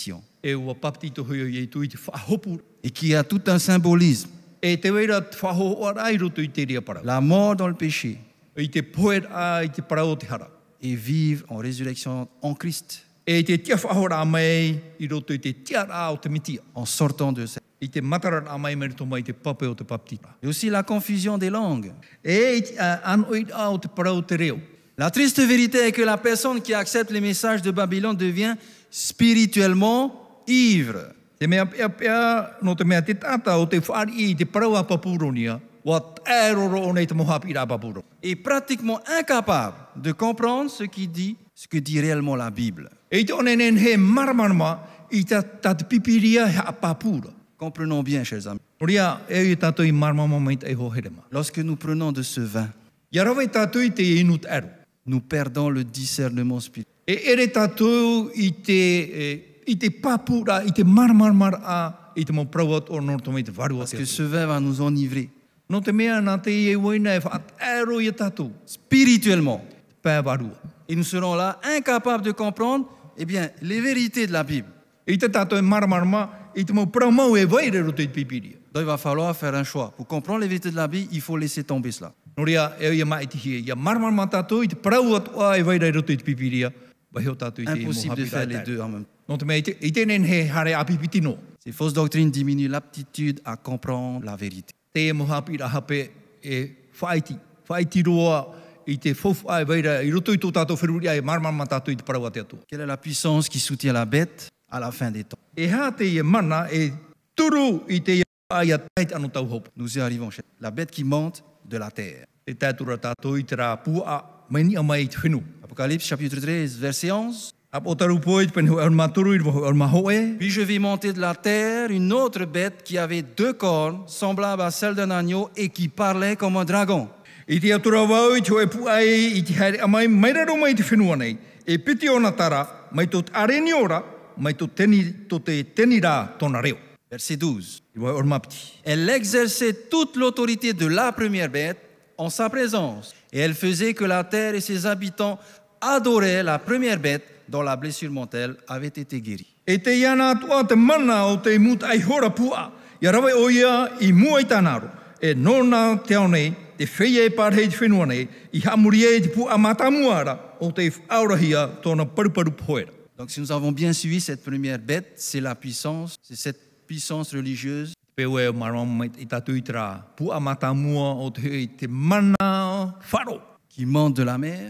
e ua papti to hui i tui te whahopu. et qui a tout un symbolisme. E te weira te whaho arai roto i te ria parau. La mort dans le péché I te poet a i te parau te hara. et vivre en résurrection en Christ, E te tia whahora mai i roto i te tia rā o te mitia. en sortant de ça. I te matara a mai merito mai te pape o te paptita. Et aussi la confusion des langues. E i te uh, anoit a o te parau te reo. La triste vérité est que la personne qui accepte les messages de Babylone devient spirituellement ivre. Te mea pea pea no te mea te tata o te whaari i te parau a papuronia wa tēroro o nei te mohapi rā papuro. Et pratiquement incapable de comprendre ce qui dit, ce que dit réellement la Bible. E i te onenen he maramarama i ta, ta te pipiria he a papura. Comprenons bien, chers amis. Ria, e i tātou i maramama mai te iho herema. Lorsque nous prenons de ce vin, Ia rawe tātou i te inu te aru. nous perdons le discernement spirituel. E ere tātou i te, e, i te papura, i te maramarmar a, i te mo prawat o norto mai te varu a Parce te que atu. ce vin va nous enivrer No te mea nā te i e waina e whaat aero i a tātou. spirituellement. Pā varua. Et nous serons là incapables de comprendre eh bien, les vérités de la Bible. I te tātou e maramarama, i te mo prawmau e waire roto i te pipiria. Donc il va falloir faire un choix. Pour comprendre les vérités de la Bible, il faut laisser tomber cela. No rea, e ia mai te hie. Ia maramarama tātou i te parau atua e waire roto i te pipiria. Waheo tātou i te Impossible de mohapi faire les rā deux en même temps. No te mea, i te- i tēnen he hare apipitino. Ces fausses doctrines diminuent l'aptitude à comprendre la vérité. Te mohapi rā hape e whaiti. Whaiti roa i te fofa e waira i roto i tō tātou whiruria e maramarama tātou i te parau ate atua. Quelle est la puissance qui soutient la bête à la fin des temps? E hā te ia mana e turu i te ia ai a tait anu tau hopu. Nous y arrivons. Chers. La bête qui monte de la terre. Te tātura tātou i te rā pua maini a mai i te whenu. Apocalypse chapitre treize, verset onze. Ap o taru poe i te penu ar maturu i te ar mahoe. Puis je vis monter de la terre une autre bête qui avait deux cornes, semblable à celle d'un agneau et qui parlait comme un dragon. I te atura wau i te oe puai i te haere a mai mairaro mai te whenua nei. E piti ona tara mai tō areni ora mai tō teni, tō te teni rā tōna reo. Verset douze. I wai or mapiti. Elle exerçait toute l'autorité de la première bête en sa présence. Et elle faisait que la terre et ses habitants adoraient la première bête dont la blessure mortelle avait été guérie. E te iana atua te mana o te muta ai hora pua. Ia rawe o ia i mua i tānaro. E nona te ao nei, te whea e pārhei te whenua nei, i hamuri e te pua matamuara o te aurahia tōna paruparu poera. Donc si nous avons bien suivi cette première bête, c'est la puissance, c'est cette puissance religieuse Peu e marama i tātou i te rā pua matamua o te, te mana wharo. qui monte de la mer,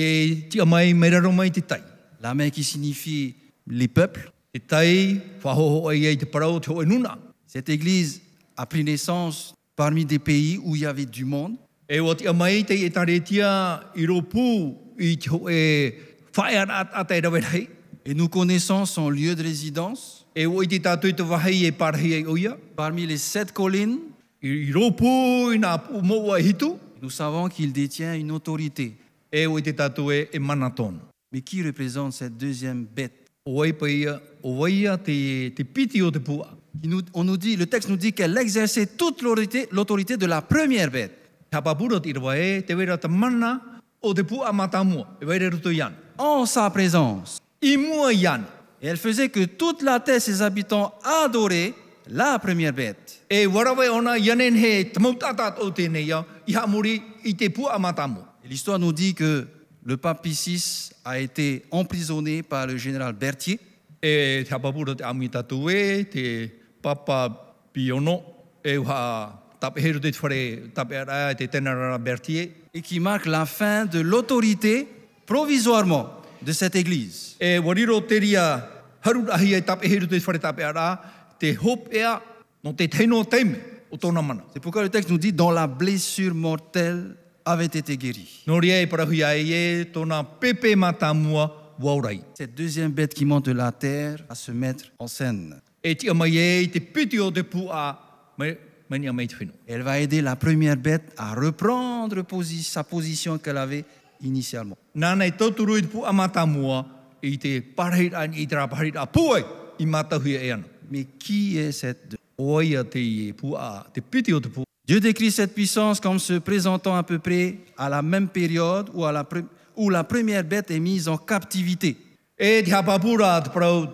E tia mai meiraro mai te tai. la mer qui signifie les peuples. Te tai, whahoho ai ei te parau te hoe nuna. Cette église a pris naissance parmi des pays où il y avait du monde. E o tia mai te e tare tia i ropu i te hoe whaeara at ata e rawe rei. Et nous connaissons son lieu de résidence E o i te tātou i te wahei e parhei ei oia. parmi les sept collines. I, i ropu i nā pu moua e hitu. Nous savons qu'il détient une autorité. E o i te tātou e, e mana tonu. Mais qui représente cette deuxième bête? O wai pa ia, o wai ia te, te piti o te pua. Qui nous, on nous dit, le texte nous dit qu'elle exerçait toute l'autorité, l'autorité de la première bête. Ta papura te irawa e, te wera te mana o te pua matamua. E wera ruto ian. En sa présence. I mua ian. Et elle faisait que toute la terre, ses habitants, adoraient la première bête. E warawe ona ianen he te mautatat o tēnei ia, i hamuri i te pua matamua. Et l'histoire nous dit que le pape Pie six a été emprisonné par le général Berthier. E te papura te ami tatu e, te papa piono, e uha tape heru te whare, tape ara te tenara Berthier. Et qui marque la fin de l'autorité provisoirement de cette église. E wariro te ria harurahi e tape heru te whare tape ara, te hop ea no te teino teime o tōna mana. C'est pourquoi le texte nous dit dont la blessure mortelle avait été guérie. No ria e parahui ai e tōna pepe matamua waurai. Cette deuxième bête qui monte de la terre à se mettre en scène. E tia mai e i te piti o te pua me mani a mei te whenu. Elle va aider la première bête à reprendre posi- sa position qu'elle avait initialement. Nāna e tauturu i te pua matamua i te parahira i te rāparahira puai i matahuia e ana. Mais qui est cette deux? Oia te i pua, te piti o te pua. Dieu décrit cette puissance comme se présentant à peu près à la même période où, à la, pre- où la première bête est mise en captivité. E te hapapura te parau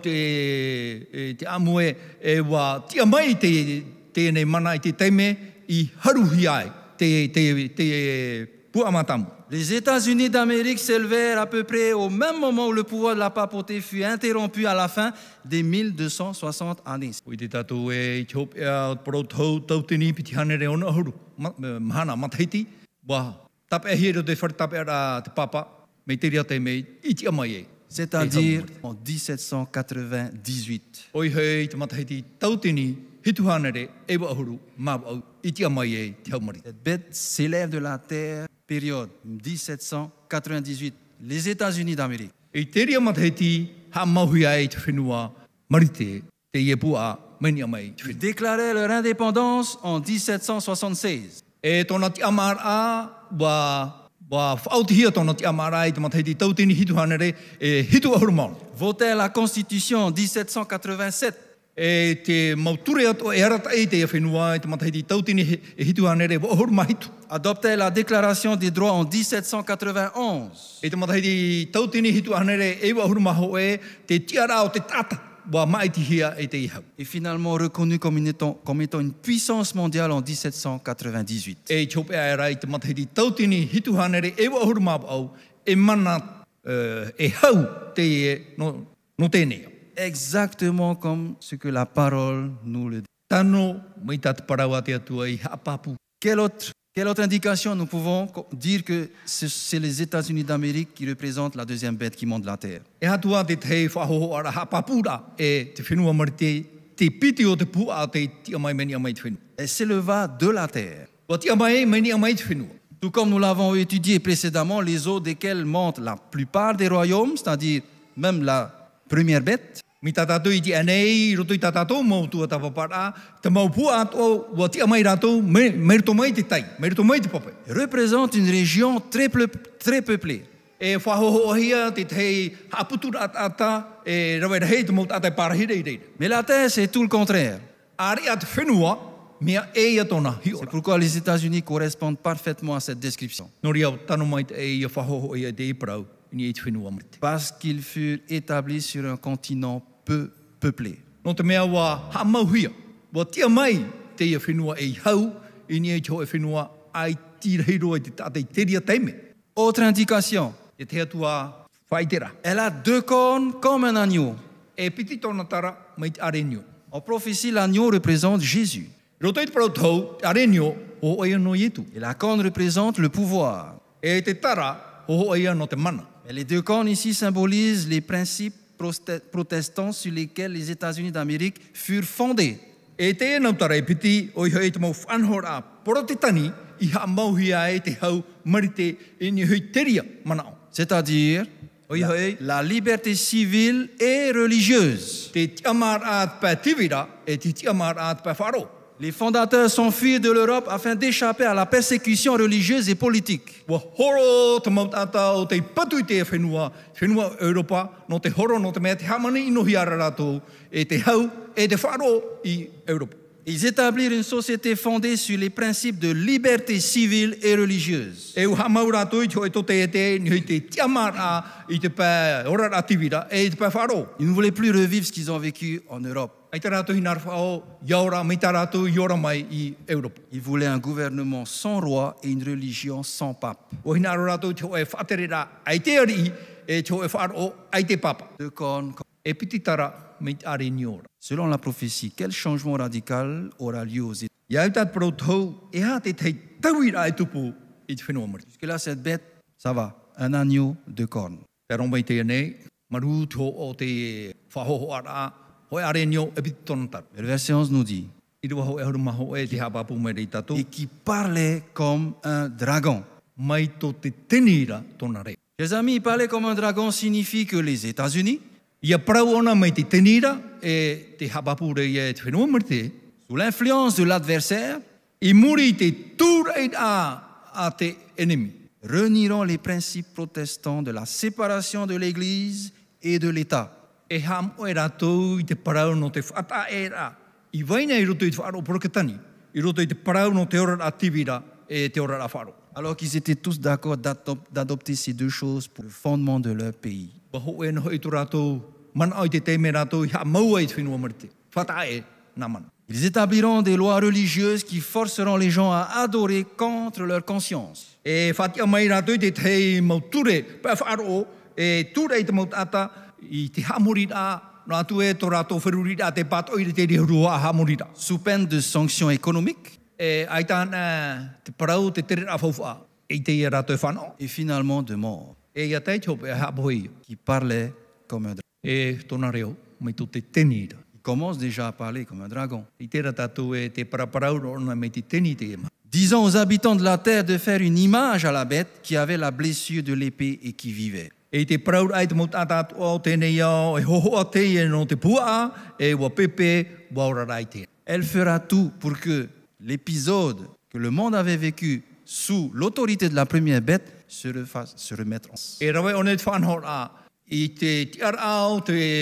te, te amue e wa tia mai te, tēnei mana i te teime I haruhi ai te, te, te puamatamu. Les États-Unis d'Amérique s'élevèrent à peu près au même moment où le pouvoir de la papauté fut interrompu à la fin des mille deux cent soixante années. Ui te tātou e i te hopea o te parau tau tautini piti hanere ona ahuru. Mahana mataiti. Wa tape ahiro te whartape ara te papa. Me te ria te mei i tia mai e. C'est-à-dire en dix-sept cent quatre-vingt-dix-huit. Oi hei te mataiti tautini hitu hanere e wa ahuru mabau i tia mai e te haumari. Cette bête s'élève de la terre, période dix-sept cent quatre-vingt-dix-huit, les États-Unis d'Amérique. E te ria mataiti ha mahui ai te whenua marite te iepua meni amai te Ils whenua. déclaraient leur indépendance en dix-sept cent soixante-seize. E tōna te amara wa wa whautihia tōna te amara i te mataiti tautini hitu hanere e hitu ahuru mauna. Votèrent la Constitution en dix-sept cent quatre-vingt-sept. E te mauture ato e arata e te whenua i te mataiti tautini e hitu hanere wa ahuru mahitu. Adoptèrent la Déclaration des droits en dix-sept cent quatre-vingt-onze. E te mataiti tautini hitu hanere e wa ahuru maho e te tiara o te tata wa maitihia e te ihau. Et finalement reconnu comme, une étant, comme étant une puissance mondiale en dix-sept cent quatre-vingt-dix-huit. E chope ai rai te mataiti tautini hitu hanere e wa ahuru maho au e mana uh, e hau te e no, no tēnei. Exactement comme ce que la parole nous le dit. Tano mai tat parawa te atua I hapapu. Quelle autre, quelle autre indication nous pouvons co- dire que ce- c'est les États-Unis d'Amérique qui représentent la deuxième bête qui monte la terre? E hatua te te whahoho ara hapapura e te whenua marite te piti o te pua te tia mai meni amai te whenua. Elle s'éleva de la terre. Wa tia mai meni amai te whenua. Tout comme nous l'avons étudié précédemment, les eaux desquelles montent la plupart des royaumes, c'est-à-dire même la première bête, Mi tātātou I te anei, roto I tātātou mau tua tawapara, te mau pua ato, wa tia mai rātou, me, merito mai te tai, merito mai te papai. représente une région très, peu- très peuplée. E whahoho ohia te te haputura ata, e rawera hei te mau tātai parahire I reira. Mais la terre, c'est tout le contraire. Ari at whenua, mea e ia tōna C'est hiora. pourquoi les États-Unis correspondent parfaitement à cette description. Nori au tano mai te e ia whahoho ia te iparau, ni e te whenua marite. Parce qu'ils furent établis sur un continent peu peuplé. No te mea wa hamauhia, wa tia mai te ia whenua e hau, I ni e tō e whenua ai tirahiro e te tātai teria teime. Autre indication, E te atua whaitera. elle a deux cornes comme un agneau. E piti tōna tara mai te arenio. En prophétie, l'agneau représente Jésus. Roto i te parau tau, te arenio, o oia no ietu. Et la corne représente le pouvoir. E te tara, o oia no te mana. Et les deux cornes ici symbolisent les principes proste- protestants sur lesquels les États-Unis d'Amérique furent fondés. E te e nau tara e piti, o iho e te mau whanhora porotitani, I ha mauhia e te hau marite e ni hui teria manao. C'est-à-dire O iho e, la liberté civile et religieuse. te tiamar at pa tivira, e te tiamar at pa wharo. Les fondateurs sont fuis de l'Europe afin d'échapper à la persécution religieuse et politique. Wa horo te mau tata o te patu I te whenua, whenua Europa, no te horo no te mea te hamani ino hiara rātou, e te hau, e te wharo I Europa. Ils établirent une société fondée sur les principes de liberté civile et religieuse. E uha mau rātou I te hoi tote e te, ni hui te tiamara I te pā ora rātivira, e te pā wharo. Ils ne voulaient plus revivre ce qu'ils ont vécu en Europe. Ai te rātou hina rwhao, iaora, mai tā rātou iora mai I Europa. Ils voulaient un gouvernement sans roi et une religion sans pape. O hina aro rātou te hoi whaaterera, ai te ari, e te hoi whaaro, ai te papa. Deux cornes. E piti tara, mai te are ni ora. Selon la prophétie, quel changement radical aura lieu aux États-Unis? Ia ut at parau tau, e ha te tei tauira e tupu I te whenua mari. Jusque-là, cette bête, ça va. Un agneau, deux cornes. Te rombai te anei, maru tō o te whahoho ara, hoi are nio e piti tonu taru. Le verset onze nous dit, I rua ho e haru maho e te hapapu mai rei tatou, et qui parlait comme un dragon. mai tō te tenira tōna rei. Chers amis, parler comme un dragon signifie que les États-Unis, Ia parau ona mai te tenira, e te hapapu rei e te whenua mari te, sous l'influence de l'adversaire, I muri te tūrei a, a te enemy. renieront les principes protestants de la séparation de l'Église et de l'État. E ham oe rātou I te parau no te whata e rā. I waina I roto I te whaaro porokatani. I roto I te parau no te ora rā tivira e te ora rā whaaro. Alors qu'ils étaient tous d'accord d'adop- d'adopter ces deux choses pour le fondement de leur pays. Wa ho e no i tu rātou mana ai te te me rātou ha mau ai te whenua marite. Whatae nā mana. Ils établiront des lois religieuses qui forceront les gens à adorer contre leur conscience. E whatia mai rātou te te mau ture, pa whaaro, e ture i te mau tata i te hamuri rā, rātou e to rātou wheruri rā te pat oire te rihurua a hamuri rā. Sous peine de sanctions économiques E ai tāna te parau te tere rā whauwha, e te ia rātou e whanau. et finalement de mort, E ia tei chope e hapohi, qui parlaient comme un dragon. e tōna reo, mai tō te teni rā. Il commence déjà à parler comme un dragon. I tērā tātou e te paraparau rōna me te teni te ema. Disant aux habitants de la terre de faire une image à la bête qui avait la blessure de l'épée et qui vivait. E te parau ai te mot atat o tēnei au, e hoho a te e no te pua, e wa pepe, wa ora rai te. Elle fera tout pour que l'épisode que le monde avait vécu sous l'autorité de la première bête se, refasse, se remette en E rawe o ne te whanhor a, i te tiar au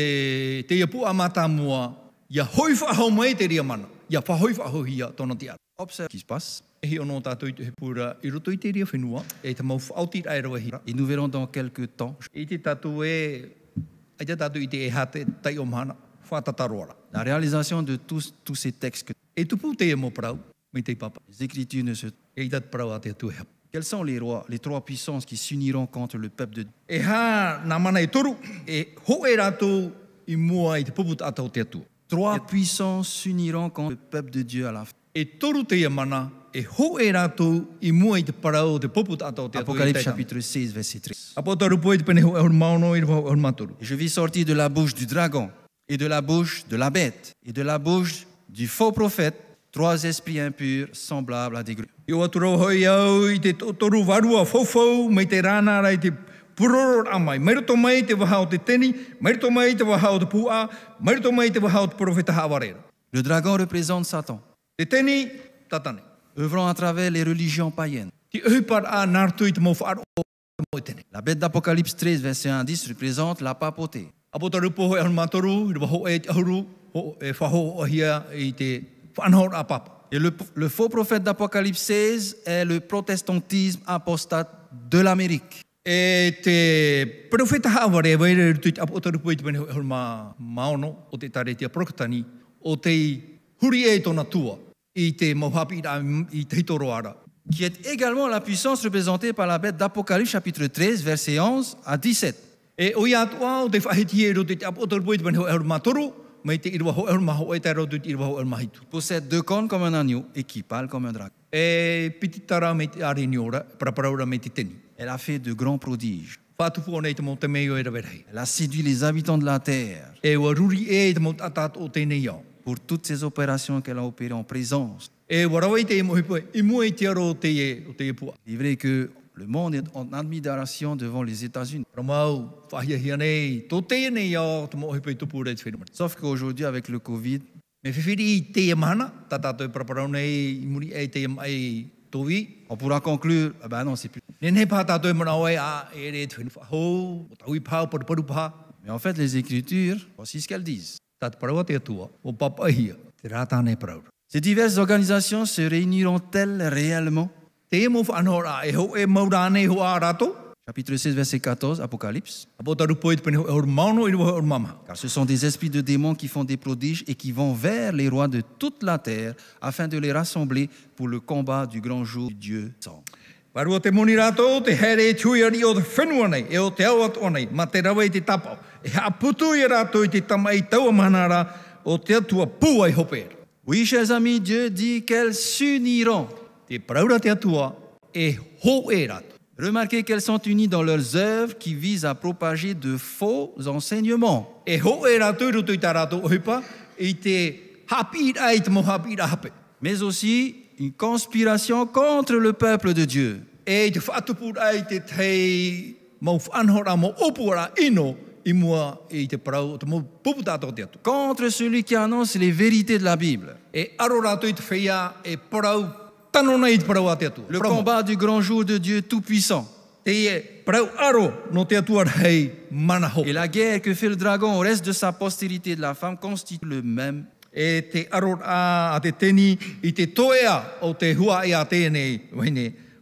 te, te ia pua mata mua, ia hoi whahau mai te ria mana, ia whahoi whahau hia tōna tiar. Observe ce qui se passe E hi ono tātou i te he pura, i roto i te ria whenua, e te mau whauti ai rawe hira. et nous verrons dans quelques temps I te tātou e, ai te tātou i te e hate tai o mahana, whatataroara. la réalisation de tous, tous ces textes. Que E tupu te e mo parau, me te papa. les Écritures ne se... E i tat parau a te atu e hapa. Quels sont les rois, les trois puissances qui s'uniront contre le peuple de Dieu? E hā, nā mana e toru, e ho e rātou i mua i te puputa atau te atua. Trois puissances s'uniront contre le peuple de Dieu à la fin. E toru te ia mana, e ho e rātou i mua i te parau te puputa atau te atua. Apocalypse chapitre seize, verset treize. Apo taru poe te pene ho e hur maono i rwa hur matoru. Et je vis sortir de la bouche du dragon, et de la bouche de la bête, et de la bouche du faux prophète, trois esprits impurs semblables à des grues. I o aturau hoi au i te to- toru varua fofou, me te rāna rai te puroro amai. Meroto mai te wahao te teni, meroto mai te wahao te pua, meroto mai te wahao te profeta hawarera. Le dragon représente Satan, Te teni, tatane. œuvrant à travers les religions païennes. Ti uhipar a nartu i te mau whaaro o te mo tene. La bête d'Apocalypse treize, verset un à dix, représente la papauté. Apo taru poho e hon matoru, i rwa ho e te ahuru, ho e whaho o hia i te whanhor a papa. Et le, le faux prophète d'Apocalypse seize est le protestantisme apostate de l'Amérique. E te profeta haware, waere rutu i te apo taru poho i te pene hon ma maono, o te tare tia prokatani, o te huri e tona tua, i te mauhapi i te hitoro ara. Qui est également la puissance représentée par la bête d'Apocalypse chapitre treize, verset onze à dix-sept. E o ia atua o te whahiti e rutu i te apo taru poho i te pene hon matoru, mai te irwa ho hon maho e te rotu i te irwa ho mahitu. Possède deux cornes comme un agneau et qui parle comme un dragon. E pititara me te are ni ora, paraparaura me te teni. Elle a fait de grands prodiges. Whātupu o nei te mo te meo e rawerhei. Elle a séduit les habitants de la terre E wa ruri e te mo tatat o tēnei au. pour toutes ces opérations qu'elle a opérées en présence. E warawai te e mo hipoe, i mua i te aro o te e, o te e pua. Il est vrai que le monde est en admiration devant les États-Unis. Ramau, whahia nei, tō te e nei au, te mo hipoe tupu rei te whenumari. Sauf qu'aujourd'hui, avec le Covid, Me whiwhiri i te e mahana, tatato e paraparau nei, i muri e te e mai towi. on pourra conclure, ah ben non, c'est plus. Nen he pātato e mana oe a, e re te whenu whahou, o taui pāu, paru paru pā. Mais en fait, les Écritures, voici ce qu'elles disent. Tātu parawa te atua, o papahia, te rātāne paraura. Ces diverses organisations se réuniront-elles réellement? Te e mo whanora, e ho e maurane ho a rato, Chapitre seize, verset quatorze, Apocalypse. apo taru poe te pene ho e hor maono i rua hor mama. Car ce sont des esprits de démons qui font des prodiges et qui vont vers les rois de toute la terre afin de les rassembler pour le combat du grand jour du Dieu sang. Warua te moni rato, te here tuiari o te whenua nei, e o te au atu nei, ma te rawa i te tapau. E ha putu i rato i te tama i taua manara o te atua pua i hopera. Oui, chers amis, Dieu dit qu'elles s'uniront. Te paraura te atua e ho e rato. Remarquez qu'elles sont unies dans leurs œuvres qui visent à propager de faux enseignements. E ho e rato i rutu i tā rato ohipa, i te hapi i te mo hapi i hape. Mais aussi une conspiration contre le peuple de Dieu. E te whaatupu ai te tei mau whanhora mo opura ino i mua i te parau, te mo pupu tātou te atu. Contre celui qui annonce les vérités de la Bible. E aro rato i te whea e parau tano nei i te parau a te atu. Le combat du grand jour de Dieu Tout-Puissant. Te e parau aro no te atua rei mana ho. Et la guerre que fait le dragon au reste de sa postérité de la femme constitue le même. E te aro a, a te teni i te toea o te hua i a tēnei, wahine,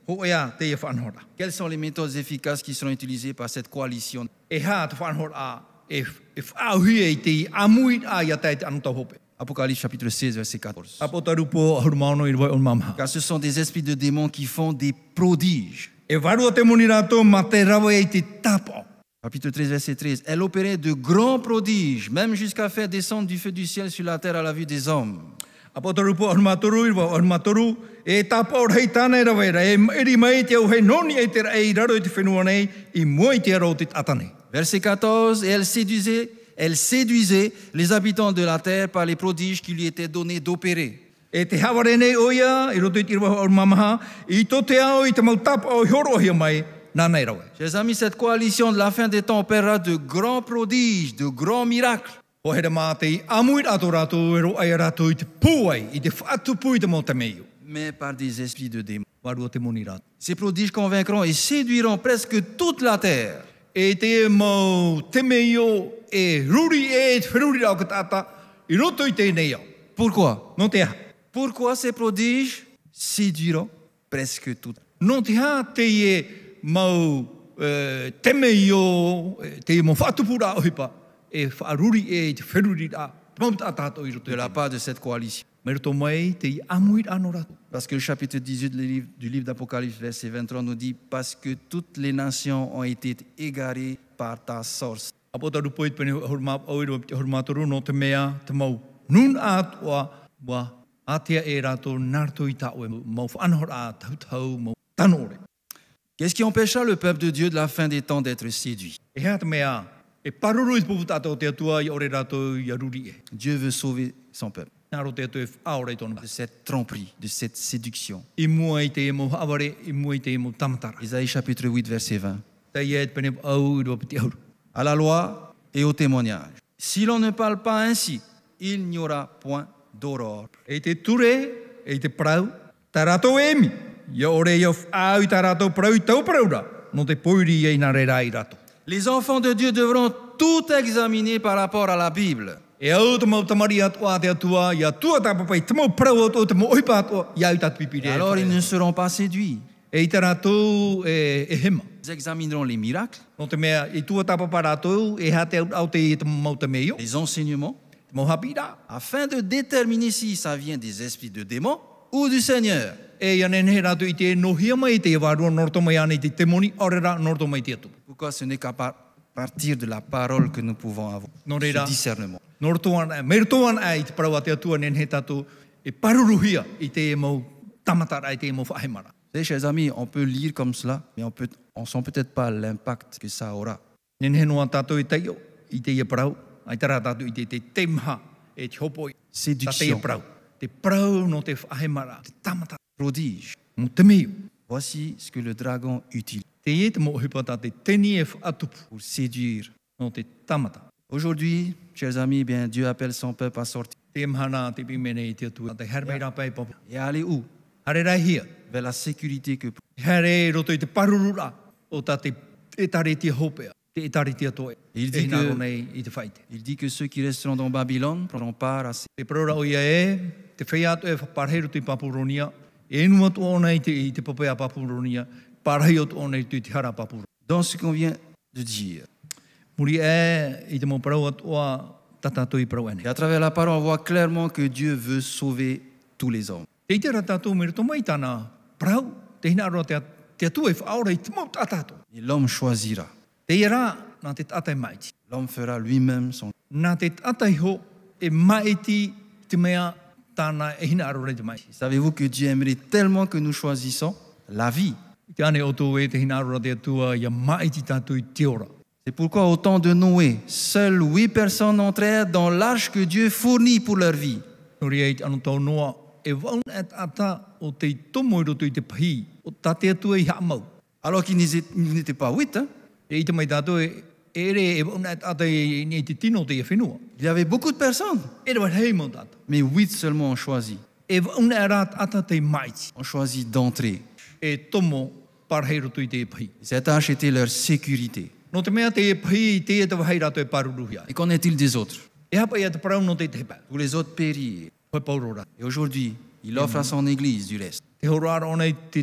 Ho ea te e whanhora. Quelles sont les méthodes efficaces qui seront utilisées par cette coalition? E ha te whanhora e e whauhi e te amui a ia te anu tau hope. Apocalypse chapitre seize, verset quatorze. Apo tarupo ahurumano i roi on mamha. Car ce sont des esprits de démons qui font des prodiges. E varua te moni rato ma te rawa e te tapo. Chapitre treize, verset treize. Elle opérait de grands prodiges, même jusqu'à faire descendre du feu du ciel sur la terre à la vue des hommes. Apo tarupo ahurumatoru i roi ahurumatoru e tapo rei tāne rawa e eri mai te au hei noni e te rei raro i te whenua nei i mua i te aro te atane. Verset quatorze. Et elle séduisait, elle séduisait les habitants de la terre par les prodiges qui lui étaient donnés d'opérer. E te haware nei oia, i roto i te irwa o mamaha, i to te ao i te mautapa o horo hia mai, nā nei rawe. Chers amis, cette coalition de la fin des temps opérera de grands prodiges, de grands miracles. Ho hera mā te i amui rato rato e ro ai rato i te pūai, i te whaatupu i te mo te meiu. Mais par des esprits de démons. Warua te moni rato. Ces prodiges convaincront et séduiront presque toute la terre. E te mo te meio e ruri e te whiruri rao ka tata, i roto i te nei au. Pourquoi? No te ha. Pourquoi ces prodiges séduiront presque toute? No te ha te e mau eh, te meio, eh, te mo whaatupu rao hipa, e whaaruri e te whiruri rao. Te mau tata i roto De i la te. part de cette coalition. Me roto mai te i amui rano rato. Parce que le chapitre dix-huit du livre, du livre d'Apocalypse, verset vingt-trois, nous dit « Parce que toutes les nations ont été égarées par ta sorce. Apo taru poit pene horma oiro te hormatoru no te mea te mau nun atua wa atia e rato narto i tau e mau whanhor a tau tau mau tanore. » Qu'est-ce qui empêchera le peuple de Dieu de la fin des temps d'être séduit? E hea te mea e paruru i pupu tato te atua i ore rato i aruri e. Dieu veut sauver son peuple Naro te atu e aore tonu. de cette tromperie, de cette séduction. I mua i te e mau aware, i mua i te e mau tamatara. Isaïe chapitre huit, verset vingt. Ta i e te pene au i rua piti auru. À la loi et au témoignage. Si l'on ne parle pas ainsi, il n'y aura point d'aurore. E te ture, e te prau, ta rato e mi. Ia ore ia au i ta rato prau i tau praura. No te poiri e ina re rai rato. Les enfants de Dieu devront tout examiner par rapport à la Bible. E au te mau tamari atua te atua, ia tua tapapai, te mau prau atua, te mau oipa atua, ia i tatu pipire. Alors ils ne seront pas séduits. E i ta rato e, e hema. Ils examineront les miracles, No te mea, i tua tapapa rato, e ha te au, au te, te mau te meo, les enseignements, te mau hapira. afin de déterminer si ça vient des esprits de démons ou du Seigneur. E ia nene he rato i te no hia mai te warua norto mai ane te temoni, orera norto mai te atu. Pourquoi ce n'est qu'à par- partir de la parole que nous pouvons avoir Non, ce Reda. discernement. Nortoan e, mertoan ai te parawa te atua nene he tato, e paruruhia i te mau tamatara i te mau whahemara. Vous savez, chers amis, on peut lire comme cela, mais on peut, on sent peut-être pas l'impact que ça aura. Nene he noa tato i teio, i te ia parau, ai tara tato i te te temha, e te hopoi, ta te ia Séduction, parau. Te parau no te whahemara, te tamatara, prodige. mo te meo. Voici ce que le dragon utilise Te e te mo hipata te teni e whaatupu, pour séduire. no te tamata. Aujourd'hui, chers amis, bien, Dieu appelle son peuple à sortir. Te mhana te pimene i te atua, te hermei rapai papu. Et à aller où? Hare rai hia, Vers la sécurité que Here roto i te parurura o ta te e tare tia hopea, te e tare tia toe. Il E dit naro que, nei i te whaite. il dit que ceux qui resteront dans Babylone prendront part à ces... Te prora o ia e, te whea atu e parheiru te papuronia, e enu atu o nei te, i te papea papuronia, parhei atu o nei te hara papuronia. Dans ce qu'on vient de dire. Muri e, i te mo parau atu a tatato i parau ene. Et à travers la parole, on voit clairement que Dieu veut sauver tous les hommes. Te i te ratato me rito mai tana parau, te hina aroa te, te atu e whaora i te mau tatato. Et l'homme choisira. Te ira, nā te tatai maiti. L'homme fera lui-même son... Nā te tatai ho, e maiti te mea tāna e hina aroa te maiti. Savez-vous que Dieu aimerait tellement que nous choisissons la vie? Te ane o tō e te hina aroa te atua, ia maiti tātou i te ora. C'est pourquoi au temps de Noé, seules huit personnes entrèrent dans l'arche que Dieu fournit pour leur vie. Nori e te anu tau noa, e waun et ata o te tomo i roto i te pahi, o tā te atua i haamau. Alors qu'ils n'étaient ils n'étaient pas huit, hein? E i te mai tātou e, e re e waun et ata i ni te tino te e whenua. Il y avait beaucoup de personnes, E rewa hei mo tātou. mais huit seulement ont choisi. E waun e rat ata te maiti, Ont choisi d'entrer. e tomo parhei roto i te e pahi. Cette arche était leur sécurité. No te mea te e pahi, te e te wahei rato e paruruhia. Et qu'en est-il des autres? E hapa ia te parau no te te hepa. Tous les autres périrent. Hoi paurora. Et aujourd'hui, il offre à son Église du reste. Te horara o nei te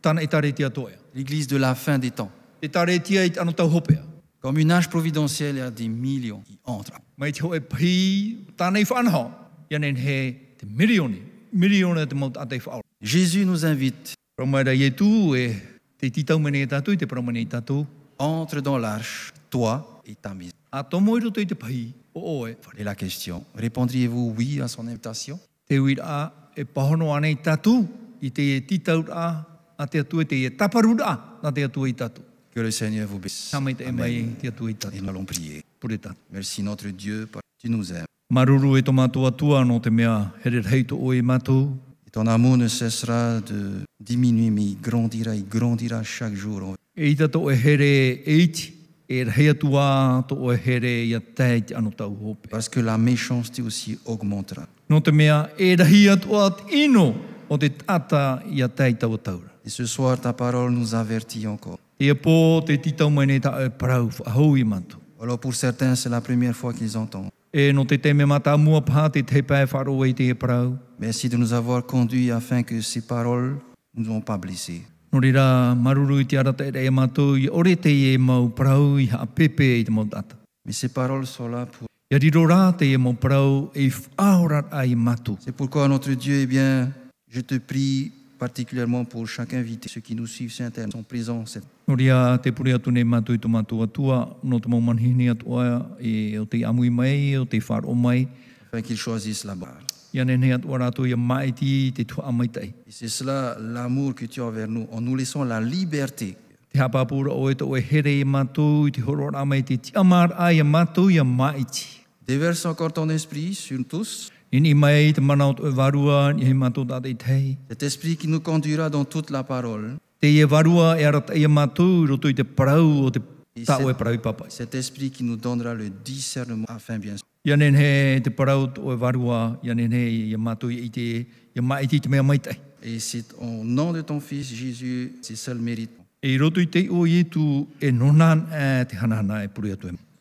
Tana e tare tia toia. l'église de la fin des temps. E tare tia i ano tau hopea. Comme une âge providentiel, il y a des millions qui entrent. Mai te hoe pi tana i whanho. Ianen he te milioni. Milioni te maut ate whaora. Jésus nous invite, Roma ra Yetu e te titau mene e tatu i te paramane i tatu. entre dans l'arche, toi et ta maison. A tomo i roto i te pahi o oe. Et la question, répondriez-vous oui à son invitation? Te wira e pahono ane i tatu i te e titau a a te atu e te e taparu a na te atu i tatu. Que le Seigneur vous bénisse. Tamai te e mai Amen. te atu i tatu. Et nous allons prier. Pure tatu. Merci notre Dieu, parce que tu nous aimes. Maruru e to mātua tua no te mea here rei to oe mātou. Et ton amour ne cessera de diminuer, mais il grandira, il grandira chaque jour. E ita to e here e iti. E rei atua to o e here ia tei te ano tau hope. Parce que la méchanceté aussi augmentera. No te mea e rahi atua at ino o te tata ia tei tau taura. Et ce soir, ta parole nous avertit encore. E pō te titau mai ne ta e parau whahau i mātou. Alors pour certains, c'est la première fois qu'ils entendent. E no te te me mata mua pā te te pai wharo e te e parau. Merci de nous avoir conduits afin que ces paroles ne nous ont pas blessés. No reira maruru i te arata e mātou i ore te e mau parau i ha pepe i te mau tata. Mais ces paroles sont là pour... Ia riro rā te e mau parau e whaorat ai mātou. C'est pourquoi notre Dieu, eh bien, je te prie particulièrement pour chaque invité, ceux qui nous suivent sur Internet, sont présents. cette- No ria te puri atu nei mātou i tō mātou atua, no te mau manhini atua e o te amui mai, o te wharo mai. afin qu'ils choisissent la barre. Ia nene atua rātou ia maiti te tua amai tei. Et c'est cela l'amour que tu as envers nous, en nous laissant la liberté Te hapapura o e to e here i mātou, i te horo rāmai te tiamar ai a mātou ia maiti. Déverse encore ton esprit sur tous, Nini mai te mana o to e varua, i he mātou tāte i tei. cet esprit qui nous conduira dans toute la parole, Te ia varua e arata ia mātou, roto i te parau o te Et tāo e c'est- parau i papai. cet esprit qui nous donnera le discernement afin bien sûr Ia nen he te parau o e varua, ia nen he ia mātou i te, ia maiti te mea mai tei. Et c'est au nom de ton Fils Jésus, c'est seul mérite. E i roto i te o i tu e nonan e te hanahana e puri atu e.